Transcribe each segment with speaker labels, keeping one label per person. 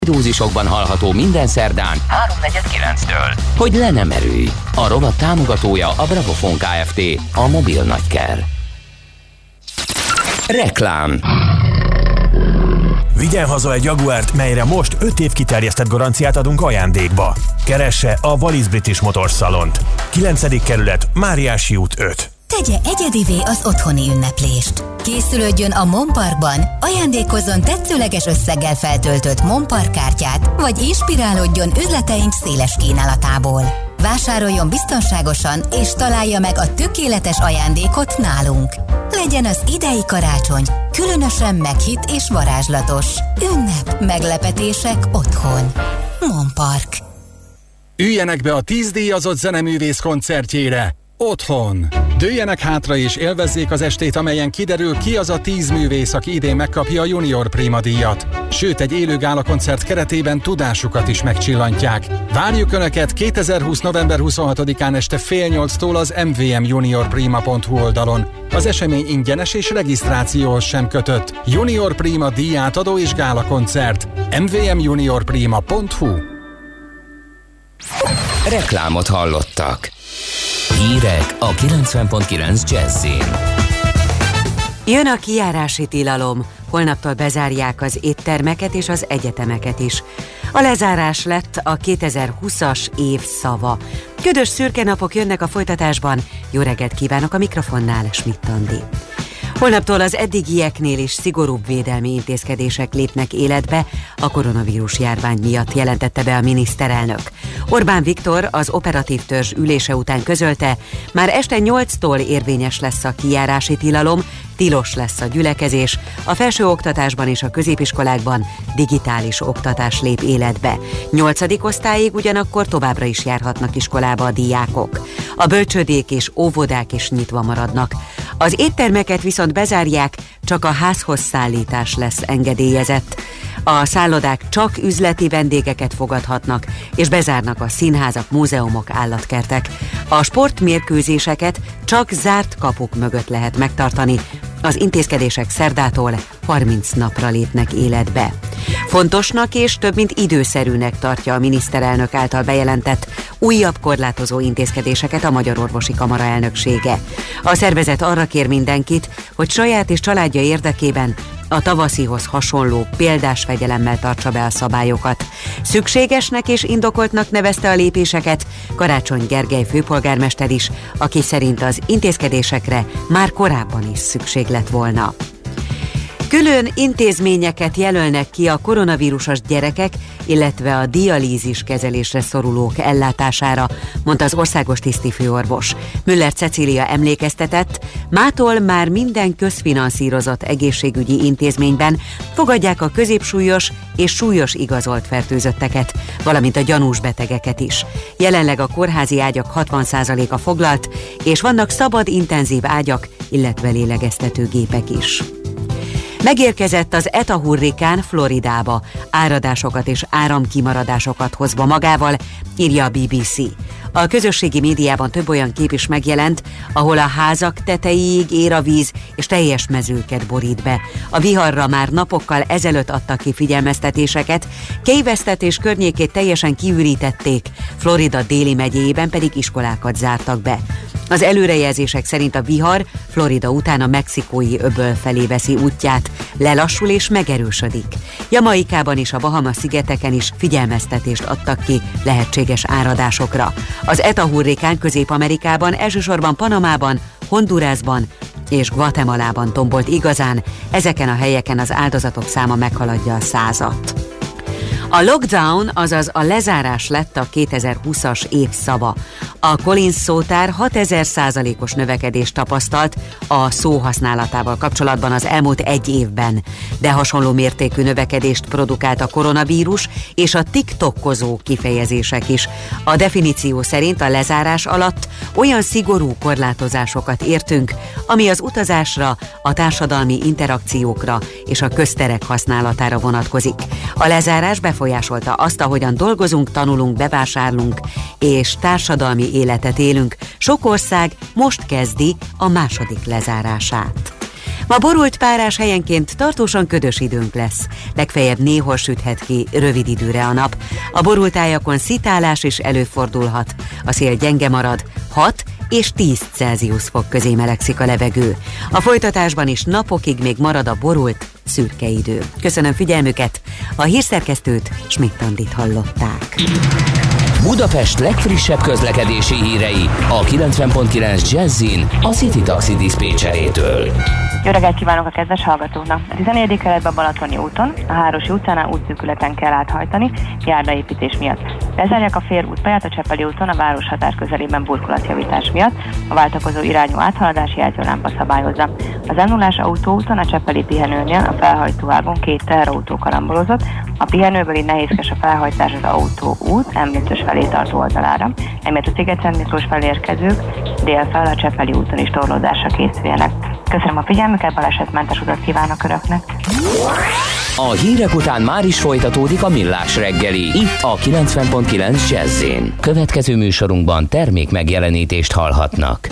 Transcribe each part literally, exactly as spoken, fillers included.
Speaker 1: Dózisokban hallható minden szerdán háromnegyed kilenctől. Hogy le nem erőj. A rovat támogatója a Bravofon Kft. A mobil nagyker. Reklám.
Speaker 2: Vigyen haza egy Jaguárt, melyre most öt év kiterjesztett garanciát adunk ajándékba. Keresse a Wallis British Motors Salont. kilencedik kerület, Máriási út öt.
Speaker 3: Tegye egyedivé az otthoni ünneplést. Készülődjön a Monparkban, ajándékozzon tetszőleges összeggel feltöltött Monpark kártyát, vagy inspirálódjon üzleteink széles kínálatából. Vásároljon biztonságosan, és találja meg a tökéletes ajándékot nálunk. Legyen az idei karácsony különösen meghitt és varázslatos. Ünnep, meglepetések otthon. Monpark.
Speaker 4: Üljenek be a tíz díjazott zeneművész koncertjére. Otthon. Dőljenek hátra és élvezzék az estét, amelyen kiderül, ki az a tíz művész, aki idén megkapja a Junior Prima díjat. Sőt, egy élő gálakoncert keretében tudásukat is megcsillantják. Várjuk Önöket kétezer-húsz november huszonhatodikán este fél nyolctól az em vé em junior prima pont hu oldalon. Az esemény ingyenes és regisztrációhoz sem kötött. Junior Prima díjátadó és gálakoncert. em vé em junior prima pont hu.
Speaker 1: Reklámot hallottak. Hírek a kilencven pont kilenc Jazzin.
Speaker 5: Jön a kijárási tilalom. Holnaptól bezárják az éttermeket és az egyetemeket is. A lezárás lett a kétezer-húszas év szava. Ködös szürke napok jönnek a folytatásban. Jó reggelt kívánok, a mikrofonnál Schmidt Andi. Holnaptól az eddigieknél is szigorúbb védelmi intézkedések lépnek életbe a koronavírus járvány miatt, jelentette be a miniszterelnök. Orbán Viktor az operatív törzs ülése után közölte, már este nyolctól érvényes lesz a kijárási tilalom, tilos lesz a gyülekezés, a felsőoktatásban és a középiskolákban digitális oktatás lép életbe. Nyolcadik osztályig ugyanakkor továbbra is járhatnak iskolába a diákok. A bölcsődék és óvodák is nyitva maradnak. Az éttermeket viszont bezárják, csak a házhoz szállítás lesz engedélyezett. A szállodák csak üzleti vendégeket fogadhatnak, és bezárnak a színházak, múzeumok, állatkertek. A sportmérkőzéseket csak zárt kapuk mögött lehet megtartani. Az intézkedések szerdától harminc napra lépnek életbe. Fontosnak és több mint időszerűnek tartja a miniszterelnök által bejelentett újabb korlátozó intézkedéseket a Magyar Orvosi Kamara elnöksége. A szervezet arra kér mindenkit, hogy saját és családja érdekében a tavaszihoz hasonló példás fegyelemmel tartsa be a szabályokat. Szükségesnek és indokoltnak nevezte a lépéseket Karácsony Gergely főpolgármester is, aki szerint az intézkedésekre már korábban is szükség lett volna. Külön intézményeket jelölnek ki a koronavírusos gyerekek, illetve a dialízis kezelésre szorulók ellátására, mondta az országos tisztifőorvos. Müller Cecília emlékeztetett, mától már minden közfinanszírozott egészségügyi intézményben fogadják a középsúlyos és súlyos igazolt fertőzötteket, valamint a gyanús betegeket is. Jelenleg a kórházi ágyak hatvan százaléka foglalt, és vannak szabad intenzív ágyak, illetve lélegeztetőgépek is. Megérkezett az ETA hurrikán Floridába, áradásokat és áramkimaradásokat hozva magával, írja a bé bé cé. A közösségi médiában több olyan kép is megjelent, ahol a házak tetejéig ér a víz, és teljes mezőket borít be. A viharra már napokkal ezelőtt adtak ki figyelmeztetéseket, Key Westet és környékét teljesen kiürítették, Florida déli megyéjében pedig iskolákat zártak be. Az előrejelzések szerint a vihar Florida után a mexikói öböl felé veszi útját, lelassul és megerősödik. Jamaikában és a Bahama-szigeteken is figyelmeztetést adtak ki lehetséges áradásokra. Az ETA hurrikán Közép-Amerikában, elsősorban Panamában, Hondurasban és Guatemalában tombolt igazán, ezeken a helyeken az áldozatok száma meghaladja a százat. A lockdown, azaz a lezárás lett a kétezer-húszas év szava. A Collins szótár hatezer százalékos növekedést tapasztalt a szó használatával kapcsolatban az elmúlt egy évben, de hasonló mértékű növekedést produkált a koronavírus és a tiktokkozó kifejezések is. A definíció szerint a lezárás alatt olyan szigorú korlátozásokat értünk, ami az utazásra, a társadalmi interakciókra és a közterek használatára vonatkozik. A lezárás befolyásolta azt, ahogyan dolgozunk, tanulunk, bevásárlunk és társadalmi életet élünk. Sok ország most kezdi a második lezárását. Ma borult párás, helyenként tartósan ködös időnk lesz. Legfeljebb néhol süthet ki rövid időre a nap. A borult tájakon szitálás is előfordulhat. A szél gyenge marad, hat és tíz Celsius fok közé melegszik a levegő. A folytatásban is napokig még marad a borult, szürke idő. Köszönöm figyelmüket, a hírszerkesztőt, Schmidt-Andit hallották.
Speaker 1: Budapest legfrissebb közlekedési hírei a kilencven pont kilenc Jazzin a City Taxi diszpécserétől.
Speaker 6: Jó reggelt kívánok a kedves hallgatóknak! A tizenegyedik kerületben a Balatoni úton, a Hárosi utcánál útszűkületen kell áthajtani, járdaépítés miatt. Lezárják a félútpályát a Csepeli úton a városhatár közelében burkolatjavítás miatt, a váltakozó irányú áthaladási jelzőlámpa szabályozza. Az em nullás autóúton a Csepeli pihenőnél a felhajtóágon két teherautó karambolozott, a pihenőből nehézkes a felhajtás az autóút említős felé tartó oldalára, emiatt a Sziget-Szent Miklós felé érkezők délfelől a Csepeli úton is torlódásra készüljenek. Köszönöm a figyelmüket, balesetmentes utat kívánok Önöknek!
Speaker 1: A hírek után már is folytatódik a Millás reggeli, itt a kilencven pont kilenc Jazz-én. Következő műsorunkban termék megjelenítést hallhatnak.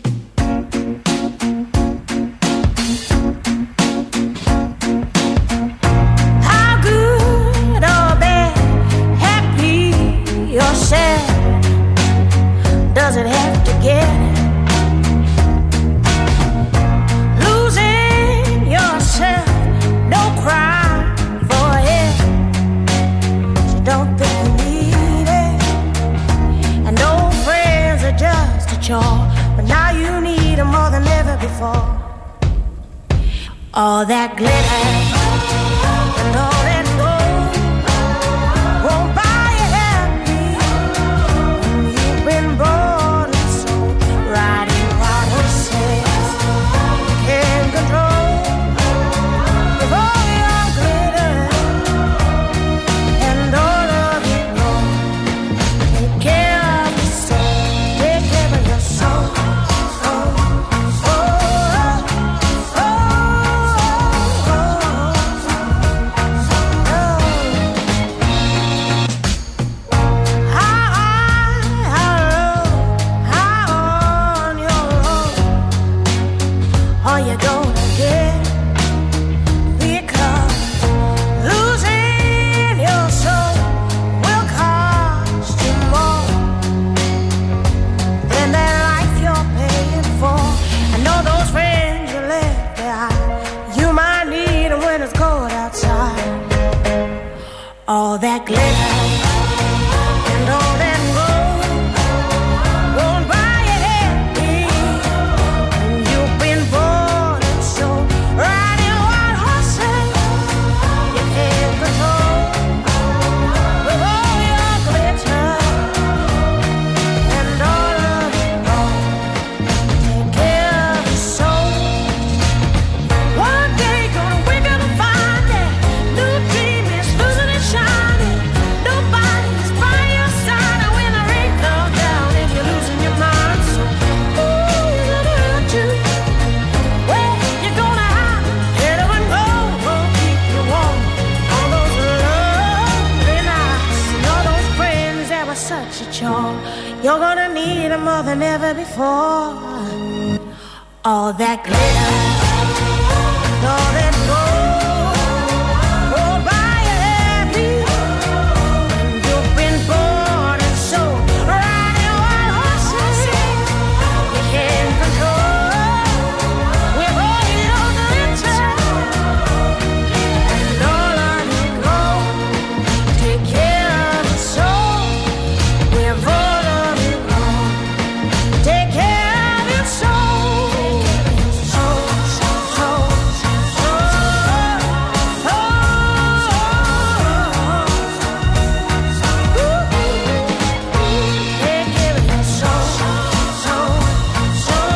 Speaker 7: But now you need them more than ever before. All that glitter and all that gold won't buy you happy when you've been bought and sold. Riding wild horses can't control with all your glitter and all of your gold. Take care of your soul. Take care of your soul. All that glitter and all that gold won't buy you happy when you've been born and sold. Riding wild horses you can't control with all your glitter and all of your gold. Take care of your soul. One day gonna wake up and find that new dream is losing its shine. Nobody's by your side when the rain comes down and you're losing your mind. So who's gonna hurt you? Where you gonna hide? Get up and go, won't keep you warm. All those lonely nights and all those friends that were such a chore. You're gonna need them more than ever before. All that glitter, all that gold won't buy you happy. You've been born and sold. Riding wild horses you can't control with all your glitter and all of your gold. Take care of your soul with all of your gold. Take care of your soul. Soul, soul, soul, soul. Oh, take care of your soul, soul, soul.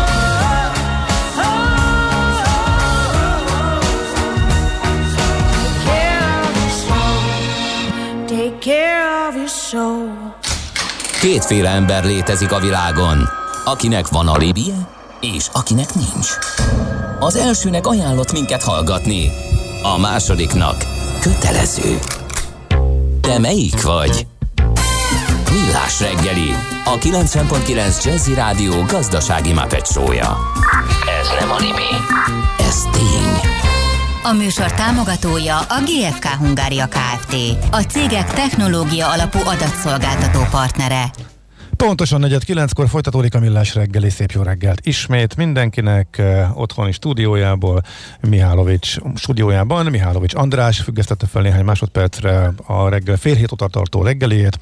Speaker 7: Take care of your soul.
Speaker 1: Kétféle ember létezik a világon, akinek van alibije, és akinek nincs. Az elsőnek ajánlott minket hallgatni, a másodiknak kötelező. Te melyik vagy? Millás reggeli, a kilencven pont kilenc Jazzy Rádió gazdasági Muppet show-ja. Ez nem anime, ez tény.
Speaker 3: A műsor támogatója a gé ef ká Hungária Kft. A cégek technológia alapú adatszolgáltató partnere.
Speaker 8: Pontosan negyed kilenckor folytatódik a Millás reggeli. Szép jó reggelt ismét mindenkinek uh, otthoni stúdiójából, Mihálovics stúdiójában. Mihálovics András függesztette fel néhány másodpercre a reggel fél hét óta tartó reggeliét.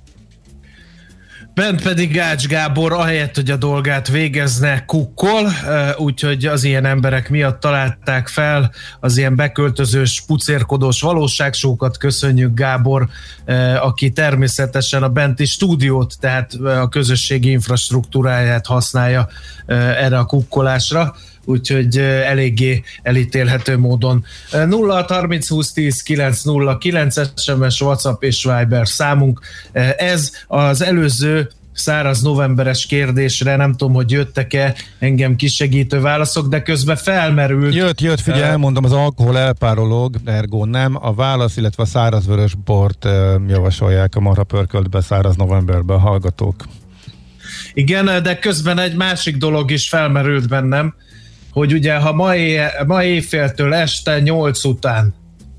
Speaker 9: Bent pedig Gács Gábor, ahelyett, hogy a dolgát végezne, kukkol, úgyhogy az ilyen emberek miatt találták fel az ilyen beköltözős, pucérkodós valóságsókat. Köszönjük, Gábor, aki természetesen a benti stúdiót, tehát a közösségi infrastruktúráját használja erre a kukkolásra, úgyhogy eléggé elítélhető módon. nulla hat harminc húsz tíz kilenc nulla kilenc es em es, WhatsApp és Viber számunk. Ez az előző száraz novemberes kérdésre, nem tudom, hogy jöttek-e engem kisegítő válaszok, de közben felmerült.
Speaker 8: Jött, jött, figyelj, elmondom, az alkohol elpárolog, ergo nem, a válasz, illetve a szárazvörös bort javasolják a marha pörköltbe száraz novemberben a hallgatók.
Speaker 9: Igen, de közben egy másik dolog is felmerült bennem, hogy ugye, ha ma, éj, ma éjféltől este nyolc után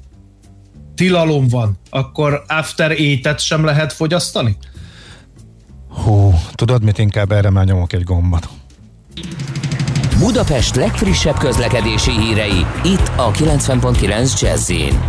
Speaker 9: tilalom van, akkor after eight-et sem lehet fogyasztani?
Speaker 8: Hú, tudod mit, inkább erre már nyomok egy gombot.
Speaker 1: Budapest legfrissebb közlekedési hírei, itt a kilencven pont kilenc Jazz-in.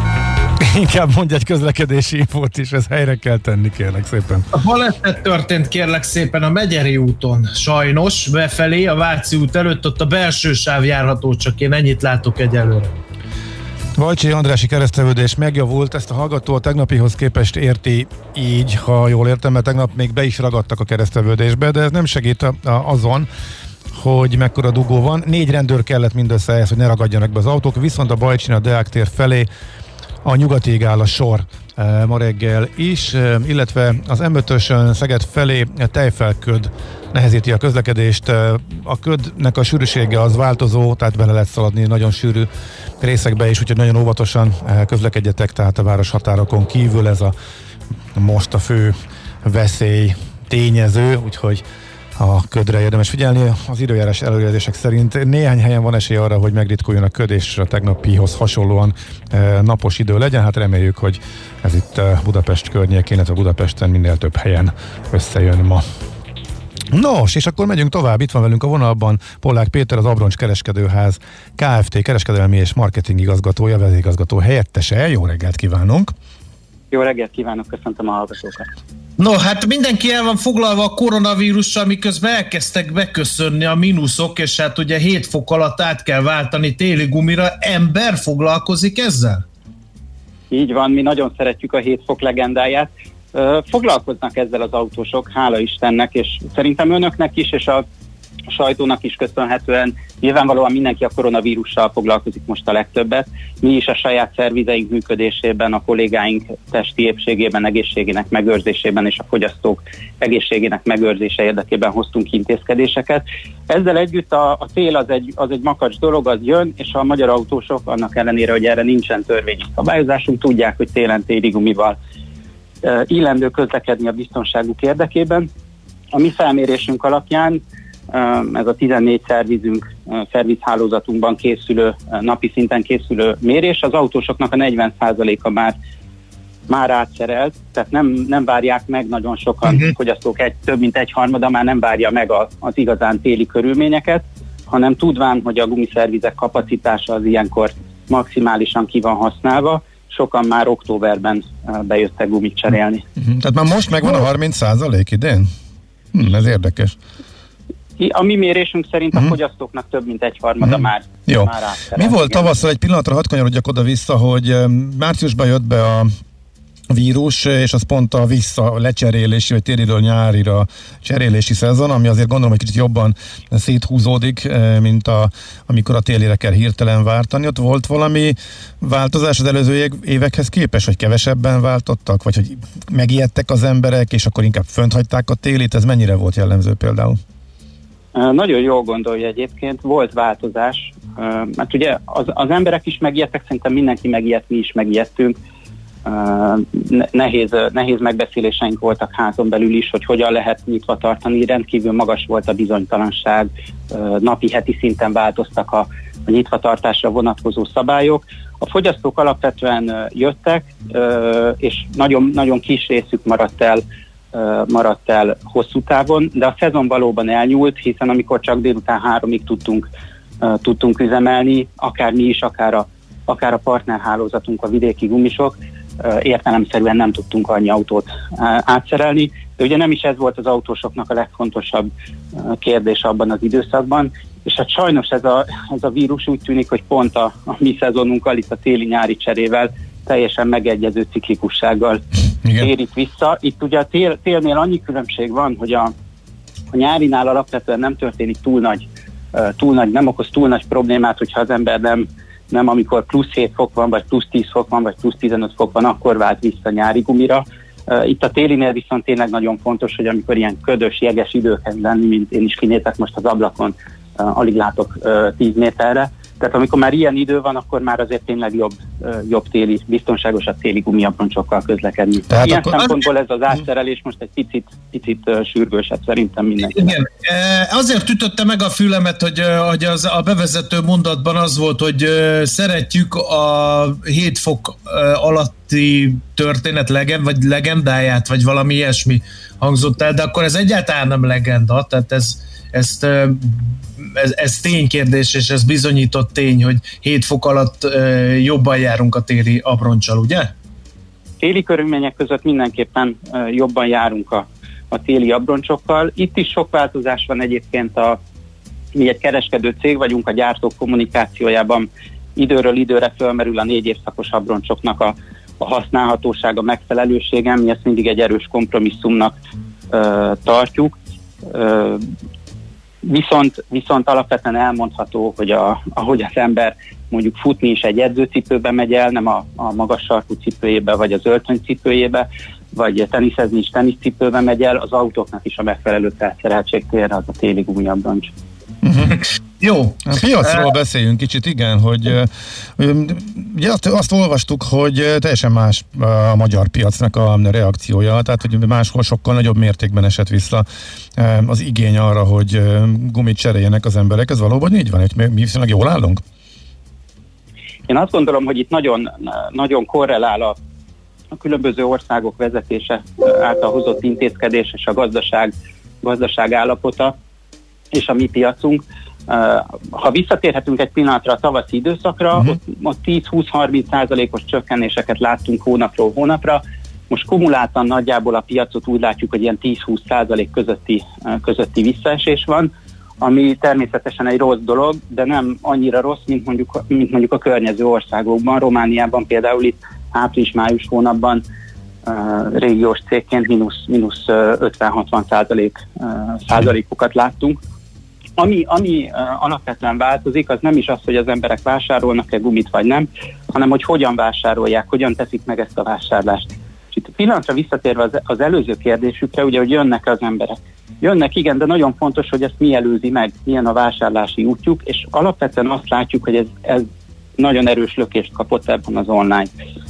Speaker 8: Inkább mondj egy közlekedési infót is, ez helyre kell tenni, kérlek szépen.
Speaker 9: A baleset történt, kérlek szépen, a Megyeri úton, sajnos, befelé, a Váci út előtt, ott a belső sáv járható, csak én ennyit látok egyelőre.
Speaker 8: Valcsi Andrási keresztevődés megjavult, ezt a hallgató a tegnapihoz képest érti így, ha jól értem, mert tegnap még be is ragadtak a keresztevődésbe, de ez nem segít a, a, azon, hogy mekkora dugó van. Négy rendőr kellett mindössze ehhez, hogy ne ragadjanak be az autók, viszont a Bajcsin a Deák tér felé a nyugatig áll a sor e, ma reggel is, e, illetve az em ötösön Szeged felé tejfelköd nehezíti a közlekedést. E, a ködnek a sűrűsége az változó, tehát bele lehet szaladni nagyon sűrű részekbe is, úgyhogy nagyon óvatosan e, közlekedjetek, tehát a város határokon kívül ez a most a fő veszély tényező, úgyhogy a ködre érdemes figyelni. Az időjárás előrejelzések szerint néhány helyen van esély arra, hogy megritkuljon a köd, és a tegnapihoz hasonlóan e, napos idő legyen. Hát reméljük, hogy ez itt e, Budapest környékén, illetve Budapesten minél több helyen összejön ma. Nos, és akkor megyünk tovább. Itt van velünk a vonalban Pollák Péter, az Abroncs Kereskedőház Kft. Kereskedelmi és marketing igazgatója, vezérigazgató helyettese. Jó reggelt kívánunk!
Speaker 10: Jó reggelt kívánok, köszöntöm a hallgatókat!
Speaker 9: No, hát mindenki el van foglalva a koronavírussal, miközben elkezdtek beköszönni a mínuszok, és hát ugye hét fok alatt át kell váltani téli gumira. Ember foglalkozik ezzel?
Speaker 10: Így van, mi nagyon szeretjük a hét fok legendáját. Foglalkoznak ezzel az autósok, hála Istennek, és szerintem önöknek is, és a sajtónak is köszönhetően nyilvánvalóan mindenki a koronavírussal foglalkozik most a legtöbbet. Mi is a saját szervizeink működésében, a kollégáink testi épségében, egészségének megőrzésében és a fogyasztók egészségének megőrzése érdekében hoztunk intézkedéseket. Ezzel együtt a, a tél az egy, az egy makacs dolog, az jön, és a magyar autósok annak ellenére, hogy erre nincsen törvényi szabályozásunk, tudják, hogy télen téli gumival uh, illendő közlekedni a biztonságuk érdekében. A mi felmérésünk alapján ez a tizennégy szervizünk, szervizhálózatunkban készülő, napi szinten készülő mérés, az autósoknak a negyven százaléka már, már átszerelt, tehát nem, nem várják meg nagyon sokan, uh-huh. fogyasztók egy, több mint egy harmada már nem várja meg a, az igazán téli körülményeket, hanem tudván, hogy a gumiszervizek kapacitása az ilyenkor maximálisan ki van használva, sokan már októberben bejöttek gumit cserélni.
Speaker 8: Uh-huh. Tehát már most megvan a harminc százalék idén? Hm, ez érdekes.
Speaker 10: A mi mérésünk szerint a fogyasztóknak több mint egyharmada uh-huh. már,
Speaker 8: Jó.
Speaker 10: már átszerelt.
Speaker 8: Mi volt tavasszal, egy pillanatra hadd kanyarodjak oda-vissza, hogy márciusban jött be a vírus, és az pont a vissza lecserélési, vagy tériről nyárira cserélési szezon, ami azért gondolom, hogy kicsit jobban széthúzódik, mint a, amikor a télire kell hirtelen váltani. Ott volt valami változás az előző évekhez képest, hogy kevesebben váltottak, vagy hogy megijedtek az emberek, és akkor inkább fönt hagyták a télit? Ez mennyire volt jellemző például?
Speaker 10: Nagyon jól gondolja egyébként, volt változás, mert ugye az, az emberek is megijedtek, szerintem mindenki megijedt, mi is megijedtünk. nehéz, nehéz megbeszéléseink voltak házon belül is, hogy hogyan lehet nyitva tartani, rendkívül magas volt a bizonytalanság, napi, heti szinten változtak a, a nyitva tartásra vonatkozó szabályok. A fogyasztók alapvetően jöttek, és nagyon, nagyon kis részük maradt el, maradt el hosszú távon, de a szezon valóban elnyúlt, hiszen amikor csak délután háromig tudtunk, tudtunk üzemelni, akár mi is, akár a, akár a partnerhálózatunk, a vidéki gumisok, értelemszerűen nem tudtunk annyi autót átszerelni, de ugye nem is ez volt az autósoknak a legfontosabb kérdés abban az időszakban, és hát sajnos ez a, ez a vírus úgy tűnik, hogy pont a, a mi szezonunkkal, itt a téli-nyári cserével teljesen megegyező ciklikussággal térít vissza. Itt ugye a tél, télnél annyi különbség van, hogy a, a nyárinál alapvetően nem történik túl nagy, túl nagy, nem okoz túl nagy problémát, hogyha az ember nem nem amikor plusz hét fok van, vagy plusz tíz fok van, vagy plusz tizenöt fok van, akkor vált vissza nyári gumira. Itt a télinél viszont tényleg nagyon fontos, hogy amikor ilyen ködös, jeges idő kezd lenni, mint én is kinézek most az ablakon, alig látok tíz méterre. Tehát amikor már ilyen idő van, akkor már azért tényleg jobb, jobb téli, biztonságosabb téli gumiabroncsokkal közlekedni. Tehát ilyen akkor szempontból ez az átszerelés most egy picit, picit sürgősebb szerintem mindenki.
Speaker 9: Igen, azért ütötte meg a fülemet, hogy, hogy az, a bevezető mondatban az volt, hogy szeretjük a hét fok alatti történet legend, vagy legendáját, vagy valami ilyesmi hangzott el, de akkor ez egyáltalán nem legenda, tehát ez, ezt Ez, ez ténykérdés, és ez bizonyított tény, hogy hét fok alatt e, jobban járunk a téli abroncsal, ugye?
Speaker 10: Téli körülmények között mindenképpen e, jobban járunk a, a téli abroncsokkal. Itt is sok változás van egyébként, a, mi egy kereskedő cég vagyunk, a gyártók kommunikációjában időről időre fölmerül a négy évszakos abroncsoknak a, a használhatósága, megfelelősége, mi ezt mindig egy erős kompromisszumnak e, tartjuk. E, Viszont, viszont alapvetően elmondható, hogy a, ahogy az ember mondjuk futni is egy edzőcipőbe megy el, nem a, a magas sarkú cipőjébe, vagy az öltönycipőjébe, vagy teniszezni is teniszcipőbe megy el, az autóknak is a megfelelő felszereltség térre az a téli gumiabroncs.
Speaker 8: Uh-huh. Jó. A piacról beszéljünk kicsit, igen, hogy ugye azt, azt olvastuk, hogy teljesen más a magyar piacnak a reakciója, tehát hogy máshol sokkal nagyobb mértékben esett vissza az igény arra, hogy gumit cseréljenek az emberek. Ez valóban így van, hogy mi viszonylag jól állunk?
Speaker 10: Én azt gondolom, hogy itt nagyon, nagyon korrelál a, a különböző országok vezetése által hozott intézkedés és a gazdaság, gazdaság állapota és a mi piacunk. Ha visszatérhetünk egy pillanatra a tavaszi időszakra, uh-huh. ott, ott tíz-húsz-harminc százalékos csökkenéseket láttunk hónapról hónapra. Most kumuláltan nagyjából a piacot úgy látjuk, hogy ilyen tíz-húsz százalék közötti, közötti visszaesés van, ami természetesen egy rossz dolog, de nem annyira rossz, mint mondjuk, mint mondjuk a környező országokban. Romániában például itt április-május hónapban uh, régiós cégként mínusz, mínusz ötven-hatvan százalék, uh, százalékokat láttunk. Ami, ami uh, alapvetően változik, az nem is az, hogy az emberek vásárolnak-e gumit vagy nem, hanem hogy hogyan vásárolják, hogyan teszik meg ezt a vásárlást. És itt a pillanatra visszatérve az, az előző kérdésükre, ugye, hogy jönnek az emberek. Jönnek, igen, de nagyon fontos, hogy ezt mi előzi meg, milyen a vásárlási útjuk, és alapvetően azt látjuk, hogy ez, ez nagyon erős lökést kapott ebben az online.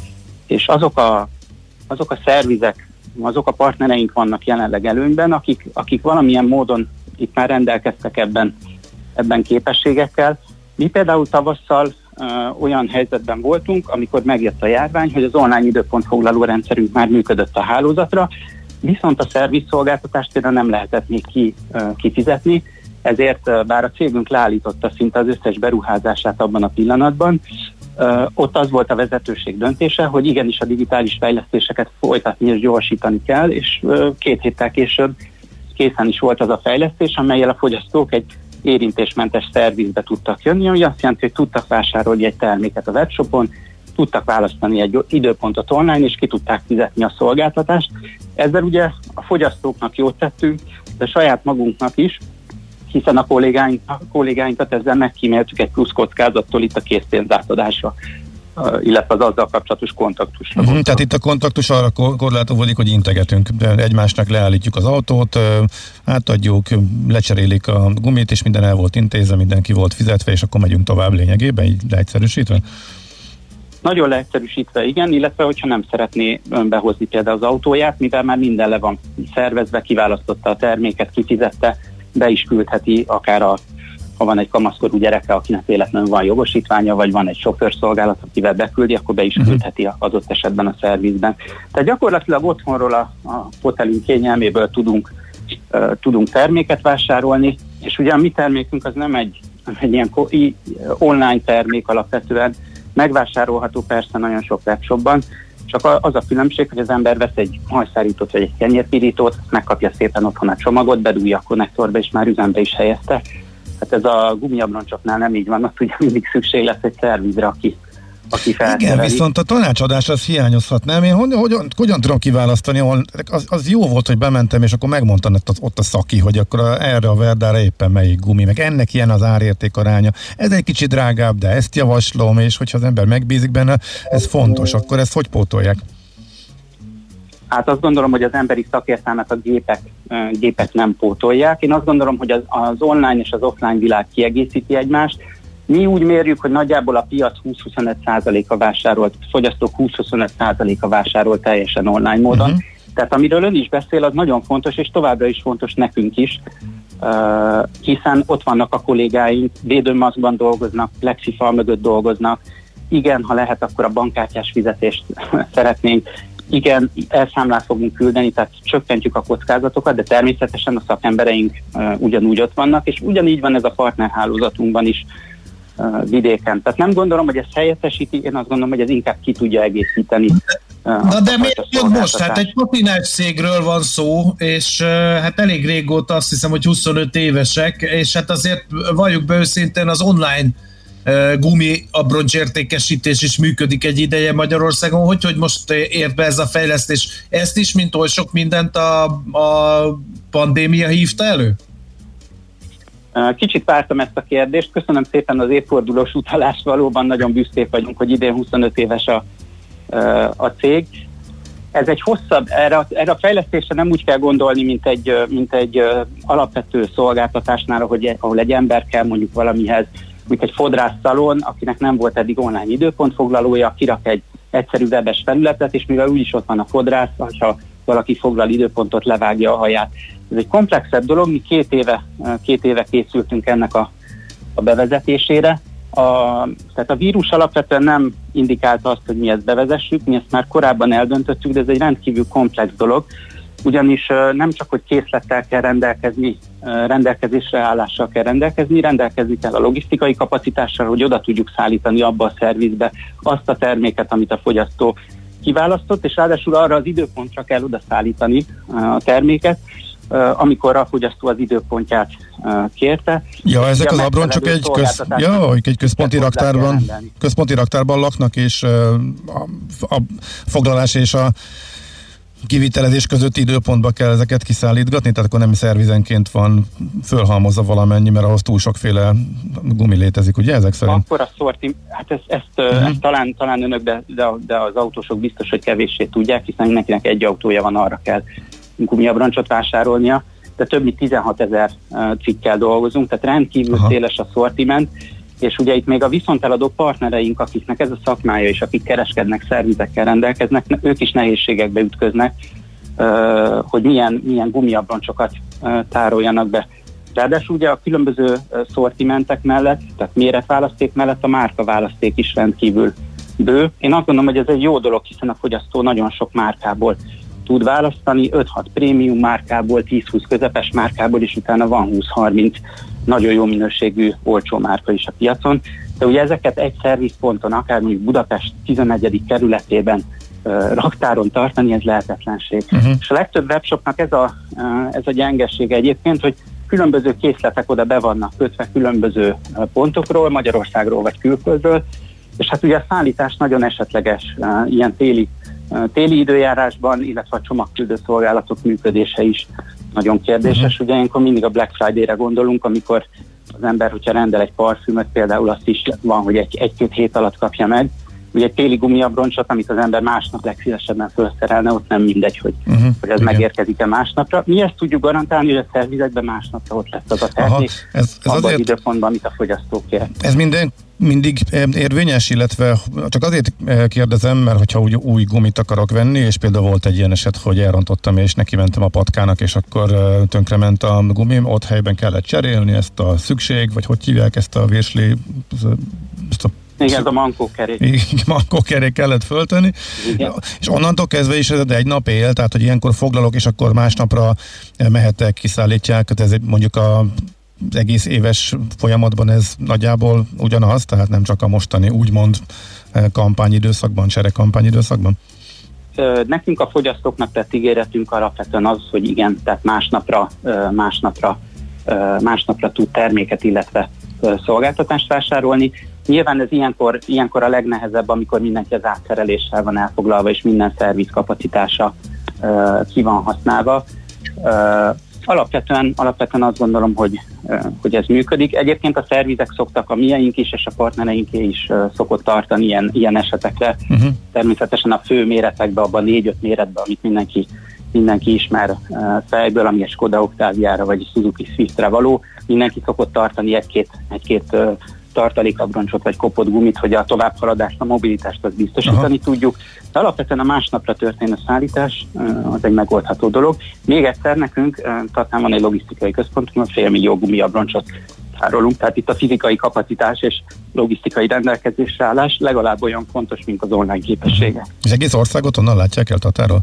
Speaker 10: És azok a, azok a szervizek, azok a partnereink vannak jelenleg előnyben, akik, akik valamilyen módon itt már rendelkeztek ebben, ebben képességekkel. Mi például tavasszal uh, olyan helyzetben voltunk, amikor megjött a járvány, hogy az online időpontfoglaló rendszerünk már működött a hálózatra, viszont a szervizszolgáltatást például nem lehetett még ki, uh, kifizetni, ezért uh, bár a cégünk leállította szinte az összes beruházását abban a pillanatban, uh, ott az volt a vezetőség döntése, hogy igenis a digitális fejlesztéseket folytatni és gyorsítani kell, és uh, két héttel később készen is volt az a fejlesztés, amellyel a fogyasztók egy érintésmentes szervizbe tudtak jönni, ami azt jelenti, hogy tudtak vásárolni egy terméket a webshopon, tudtak választani egy időpontot online, és ki tudták fizetni a szolgáltatást. Ezzel ugye a fogyasztóknak jót tettünk, de saját magunknak is, hiszen a kollégáink, a kollégáinkat ezzel megkíméltük egy plusz kockázattól itt a készpénzátadásra, illetve az azzal kapcsolatos kontaktusra.
Speaker 8: Uh-huh, tehát itt a kontaktus arra korlátozódik, hogy integetünk. Egymásnak leállítjuk az autót, átadjuk, lecserélik a gumit, és minden el volt intézve, mindenki volt fizetve, és akkor megyünk tovább lényegében, így leegyszerűsítve?
Speaker 10: Nagyon leegyszerűsítve igen, illetve hogyha nem szeretné behozni például az autóját, mivel már minden le van szervezve, kiválasztotta a terméket, kifizette, be is küldheti akár a, ha van egy kamaszkorú gyereke, akinek véletlenül van jogosítványa, vagy van egy sofőrszolgálat, akivel beküldi, akkor be is küldheti az adott esetben a szervizben. Tehát gyakorlatilag otthonról a, a fotelünk kényelméből tudunk, uh, tudunk terméket vásárolni, és ugye a mi termékünk az nem egy, egy ilyen online termék alapvetően, megvásárolható persze nagyon sok webshopban, csak az a különbség, hogy az ember vesz egy hajszárítót vagy egy kenyérpirítót, megkapja szépen otthon a csomagot, bedugja a konnektorba, és már üzembe is helyezte. Hát ez a gumiabroncsoknál nem így van, ott ugye mindig szükség lesz egy szervizre, aki, aki felszereli.
Speaker 8: Igen, viszont a tanácsadás az hiányozhat, nem? Én hogyan, hogyan, hogyan tudom kiválasztani, ahol az, az jó volt, hogy bementem, és akkor megmondtam ott, ott a szaki, hogy akkor a, erre a Verdára éppen melyik gumi, meg ennek ilyen az árérték aránya. Ez egy kicsit drágább, de ezt javaslom, és hogyha az ember megbízik benne, ez fontos, akkor ezt hogy pótolják?
Speaker 10: Hát azt gondolom, hogy az emberi szakértelmet a gépek, gépek nem pótolják. Én azt gondolom, hogy az, az online és az offline világ kiegészíti egymást. Mi úgy mérjük, hogy nagyjából a piac húsz-huszonöt százaléka vásárolt, fogyasztók húsz-huszonöt százaléka vásárolt teljesen online módon. Uh-huh. Tehát amiről ön is beszél, az nagyon fontos, és továbbra is fontos nekünk is, uh, hiszen ott vannak a kollégáink, védőmaszkban dolgoznak, plexifal mögött dolgoznak. Igen, ha lehet, akkor a bankkártyás fizetést szeretnénk. Igen, elszámlát fogunk küldeni, tehát csökkentjük a kockázatokat, de természetesen a szakembereink uh, ugyanúgy ott vannak, és ugyanígy van ez a partnerhálózatunkban is uh, vidéken. Tehát nem gondolom, hogy ez helyettesíti, én azt gondolom, hogy ez inkább ki tudja egészíteni. Uh,
Speaker 9: Na de miért jön most? Hát egy patinás cégről van szó, és uh, hát elég régóta, azt hiszem, hogy huszonöt évesek, és hát azért valljuk be őszintén, az online gumi abroncsértékesítés is működik egy ideje Magyarországon. Hogy, hogy most ért be ez a fejlesztés? Ezt is, mint oly sok mindent a, a pandémia hívta elő?
Speaker 10: Kicsit vártam ezt a kérdést. Köszönöm szépen az évfordulós utalást. Valóban nagyon büszkék vagyunk, hogy idén huszonöt éves a, a cég. Ez egy hosszabb, erre, erre a fejlesztésre nem úgy kell gondolni, mint egy, mint egy alapvető szolgáltatásnál, hogy, ahol egy ember kell mondjuk valamihez, mint egy fodrászszalon, akinek nem volt eddig online időpontfoglalója, kirak egy egyszerű webes felületet, és mivel úgyis ott van a fodrász, ha valaki foglal időpontot, levágja a haját. Ez egy komplexebb dolog, mi két éve, két éve készültünk ennek a, a bevezetésére. A, tehát a vírus alapvetően nem indikálta azt, hogy mi ezt bevezessük, mi ezt már korábban eldöntöttük, de ez egy rendkívül komplex dolog, ugyanis nem csak, hogy készlettel kell rendelkezni, rendelkezésre állással kell rendelkezni, rendelkezni kell a logisztikai kapacitással, hogy oda tudjuk szállítani abba a szervizbe azt a terméket, amit a fogyasztó kiválasztott, és ráadásul arra az időpontra kell oda szállítani a terméket, amikor a fogyasztó az időpontját kérte.
Speaker 8: Ja, ezek az abroncsok egy, köz, ja, egy központi raktárban, központi raktárban laknak, és a, a foglalás és a kivitelezés közötti időpontba kell ezeket kiszállítgatni, tehát akkor nem szervizenként van fölhalmozva valamennyi, mert ahhoz túl sokféle gumi létezik, ugye ezek szerint?
Speaker 10: Akkor a szorti, hát ezt, ezt, uh-huh. ezt talán, talán önök, de, de, de az autósok biztos, hogy kevéssé tudják, hiszen mindenkinek egy autója van, arra kell gumiabroncsot vásárolnia, de több mint tizenhatezer cikkel dolgozunk, tehát rendkívül Aha. széles a szortiment, és ugye itt még a viszonteladó partnereink, akiknek ez a szakmája, és akik kereskednek, szervizekkel rendelkeznek, ők is nehézségekbe ütköznek, hogy milyen, milyen gumiabroncsokat tároljanak be. Ráadásul ugye a különböző szortimentek mellett, tehát méretválaszték mellett a márkaválaszték is rendkívül bő. Én azt gondolom, hogy ez egy jó dolog, hiszen a fogyasztó nagyon sok márkából tud választani, öt-hat prémium márkából, tíz-húsz közepes márkából, és utána van húsz-harminc nagyon jó minőségű, olcsó márka is a piacon. De ugye ezeket egy szervizponton, akár mondjuk Budapest tizennegyedik kerületében uh, raktáron tartani, ez lehetetlenség. Uh-huh. És a legtöbb webshopnak ez a, uh, ez a gyengesége egyébként, hogy különböző készletek oda be vannak kötve különböző uh, pontokról, Magyarországról vagy külföldről, és hát ugye a szállítás nagyon esetleges uh, ilyen téli, uh, téli időjárásban, illetve a csomagküldő szolgálatok működése is nagyon kérdéses. Uh-huh. Ugye ilyenkor mindig a Black Friday-re gondolunk, amikor az ember, hogyha rendel egy parfümöt, például azt is van, hogy egy, egy-két hét alatt kapja meg, ugye egy téli gumiabroncsot, amit az ember másnap legszívesebben felszerelne, ott nem mindegy, hogy,
Speaker 8: uh-huh.
Speaker 10: hogy ez
Speaker 8: Igen.
Speaker 10: megérkezik-e másnapra. Mi ezt tudjuk garantálni, hogy a szervizekben másnapra ott lesz az a termék,
Speaker 8: ez, ez
Speaker 10: abban
Speaker 8: azért...
Speaker 10: az időpontban, amit a fogyasztó kér.
Speaker 8: Ez minden mindig érvényes, illetve csak azért kérdezem, mert hogyha úgy új gumit akarok venni, és például volt egy ilyen eset, hogy elrontottam, és neki mentem a patkának, és akkor tönkrement a gumim, ott helyben kellett cserélni ezt a szükség, vagy hogy hívják ezt a virsli, ezt a
Speaker 10: Igen, ez a mankókerék.
Speaker 8: Igen, mankókerék kellett föltenni. Igen. És onnantól kezdve is ez egy nap él, tehát hogy ilyenkor foglalok, és akkor másnapra mehetek, kiszállítják, tehát ez mondjuk a az egész éves folyamatban ez nagyjából ugyanaz, tehát nem csak a mostani úgymond kampányidőszakban, cserekampányidőszakban?
Speaker 10: Nekünk a fogyasztóknak tett ígéretünk alapvetően az, hogy igen, tehát másnapra, másnapra, másnapra tud terméket, illetve szolgáltatást vásárolni. Nyilván ez ilyenkor, ilyenkor a legnehezebb, amikor mindenki az átszereléssel van elfoglalva, és minden szerviz kapacitása ki van használva. Alapvetően, alapvetően azt gondolom, hogy, hogy ez működik. Egyébként a szervizek szoktak, a miénk is és a partnereinké is szokott tartani ilyen, ilyen esetekre. Uh-huh. Természetesen a fő méretekben, abban négy-öt méretben, amit mindenki, mindenki ismer fejből, ami egy Skoda Octaviára vagy egy Suzuki Swiftre való, mindenki szokott tartani egy-két, egy-két tartalékabroncsot vagy kopott gumit, hogy a továbbhaladást, a mobilitást azt biztosítani Aha. tudjuk. De alapvetően a másnapra történő szállítás az egy megoldható dolog. Még egyszer nekünk Tatnán van egy logisztikai központunk, fél millió gumiabroncsot tárolunk, tehát itt a fizikai kapacitás és logisztikai rendelkezésre állás legalább olyan fontos, mint az online képessége.
Speaker 8: És egész országot onnan látják el Tatáról?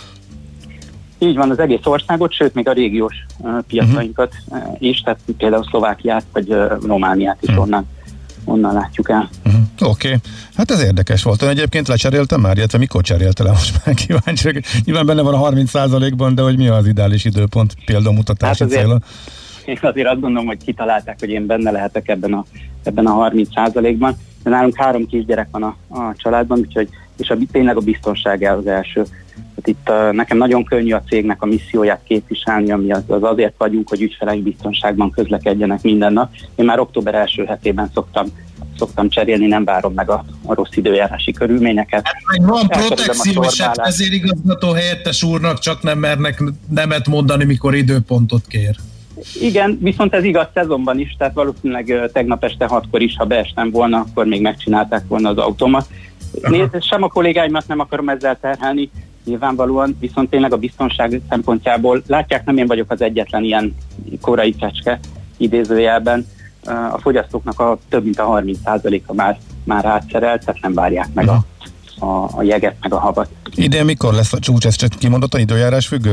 Speaker 10: Így van, az egész országot, sőt még a régiós uh, piacainkat uh, is, tehát például Szlovákiát vagy uh, Romániát is uh-huh. onnan, onnan látjuk el.
Speaker 8: Uh-huh. Oké, okay. Hát ez érdekes volt. Ön egyébként lecseréltem már, illetve mikor cserélte le? Most már kíváncsi. Nyilván benne van a harminc százalékban, de hogy mi az ideális időpont példamutatási hát célra?
Speaker 10: Én azért azt gondolom, hogy kitalálták, hogy én benne lehetek ebben a, ebben a harminc százalékban. De nálunk három kisgyerek van a, a családban, úgyhogy, és a, tényleg a biztonság az első. Hát itt uh, nekem nagyon könnyű a cégnek a misszióját képviselni, ami az, az azért vagyunk, hogy ügyfeleink biztonságban közlekedjenek minden nap. Én már október első hetében szoktam, szoktam cserélni, nem várom meg a, a rossz időjárási körülményeket.
Speaker 9: Hát meg van protekszív eset, ezért igazgató helyettes úrnak csak nem mernek nemet mondani, mikor időpontot kér.
Speaker 10: Igen, viszont ez igaz szezonban is, tehát valószínűleg uh, tegnap este hatkor is, ha beestem volna, akkor még megcsinálták volna az autómat. Nézd, sem a kollégáimat nem akarom ezzel terhelni, nyilvánvalóan, viszont tényleg a biztonság szempontjából, látják, nem én vagyok az egyetlen ilyen korai kecske idézőjelben, a fogyasztóknak a több mint a harminc százaléka már, már átszerelt, tehát nem várják meg a, a, a jeget, meg a havat.
Speaker 8: Idén mikor lesz a csúcs, ez csak kimondottan időjárás függő?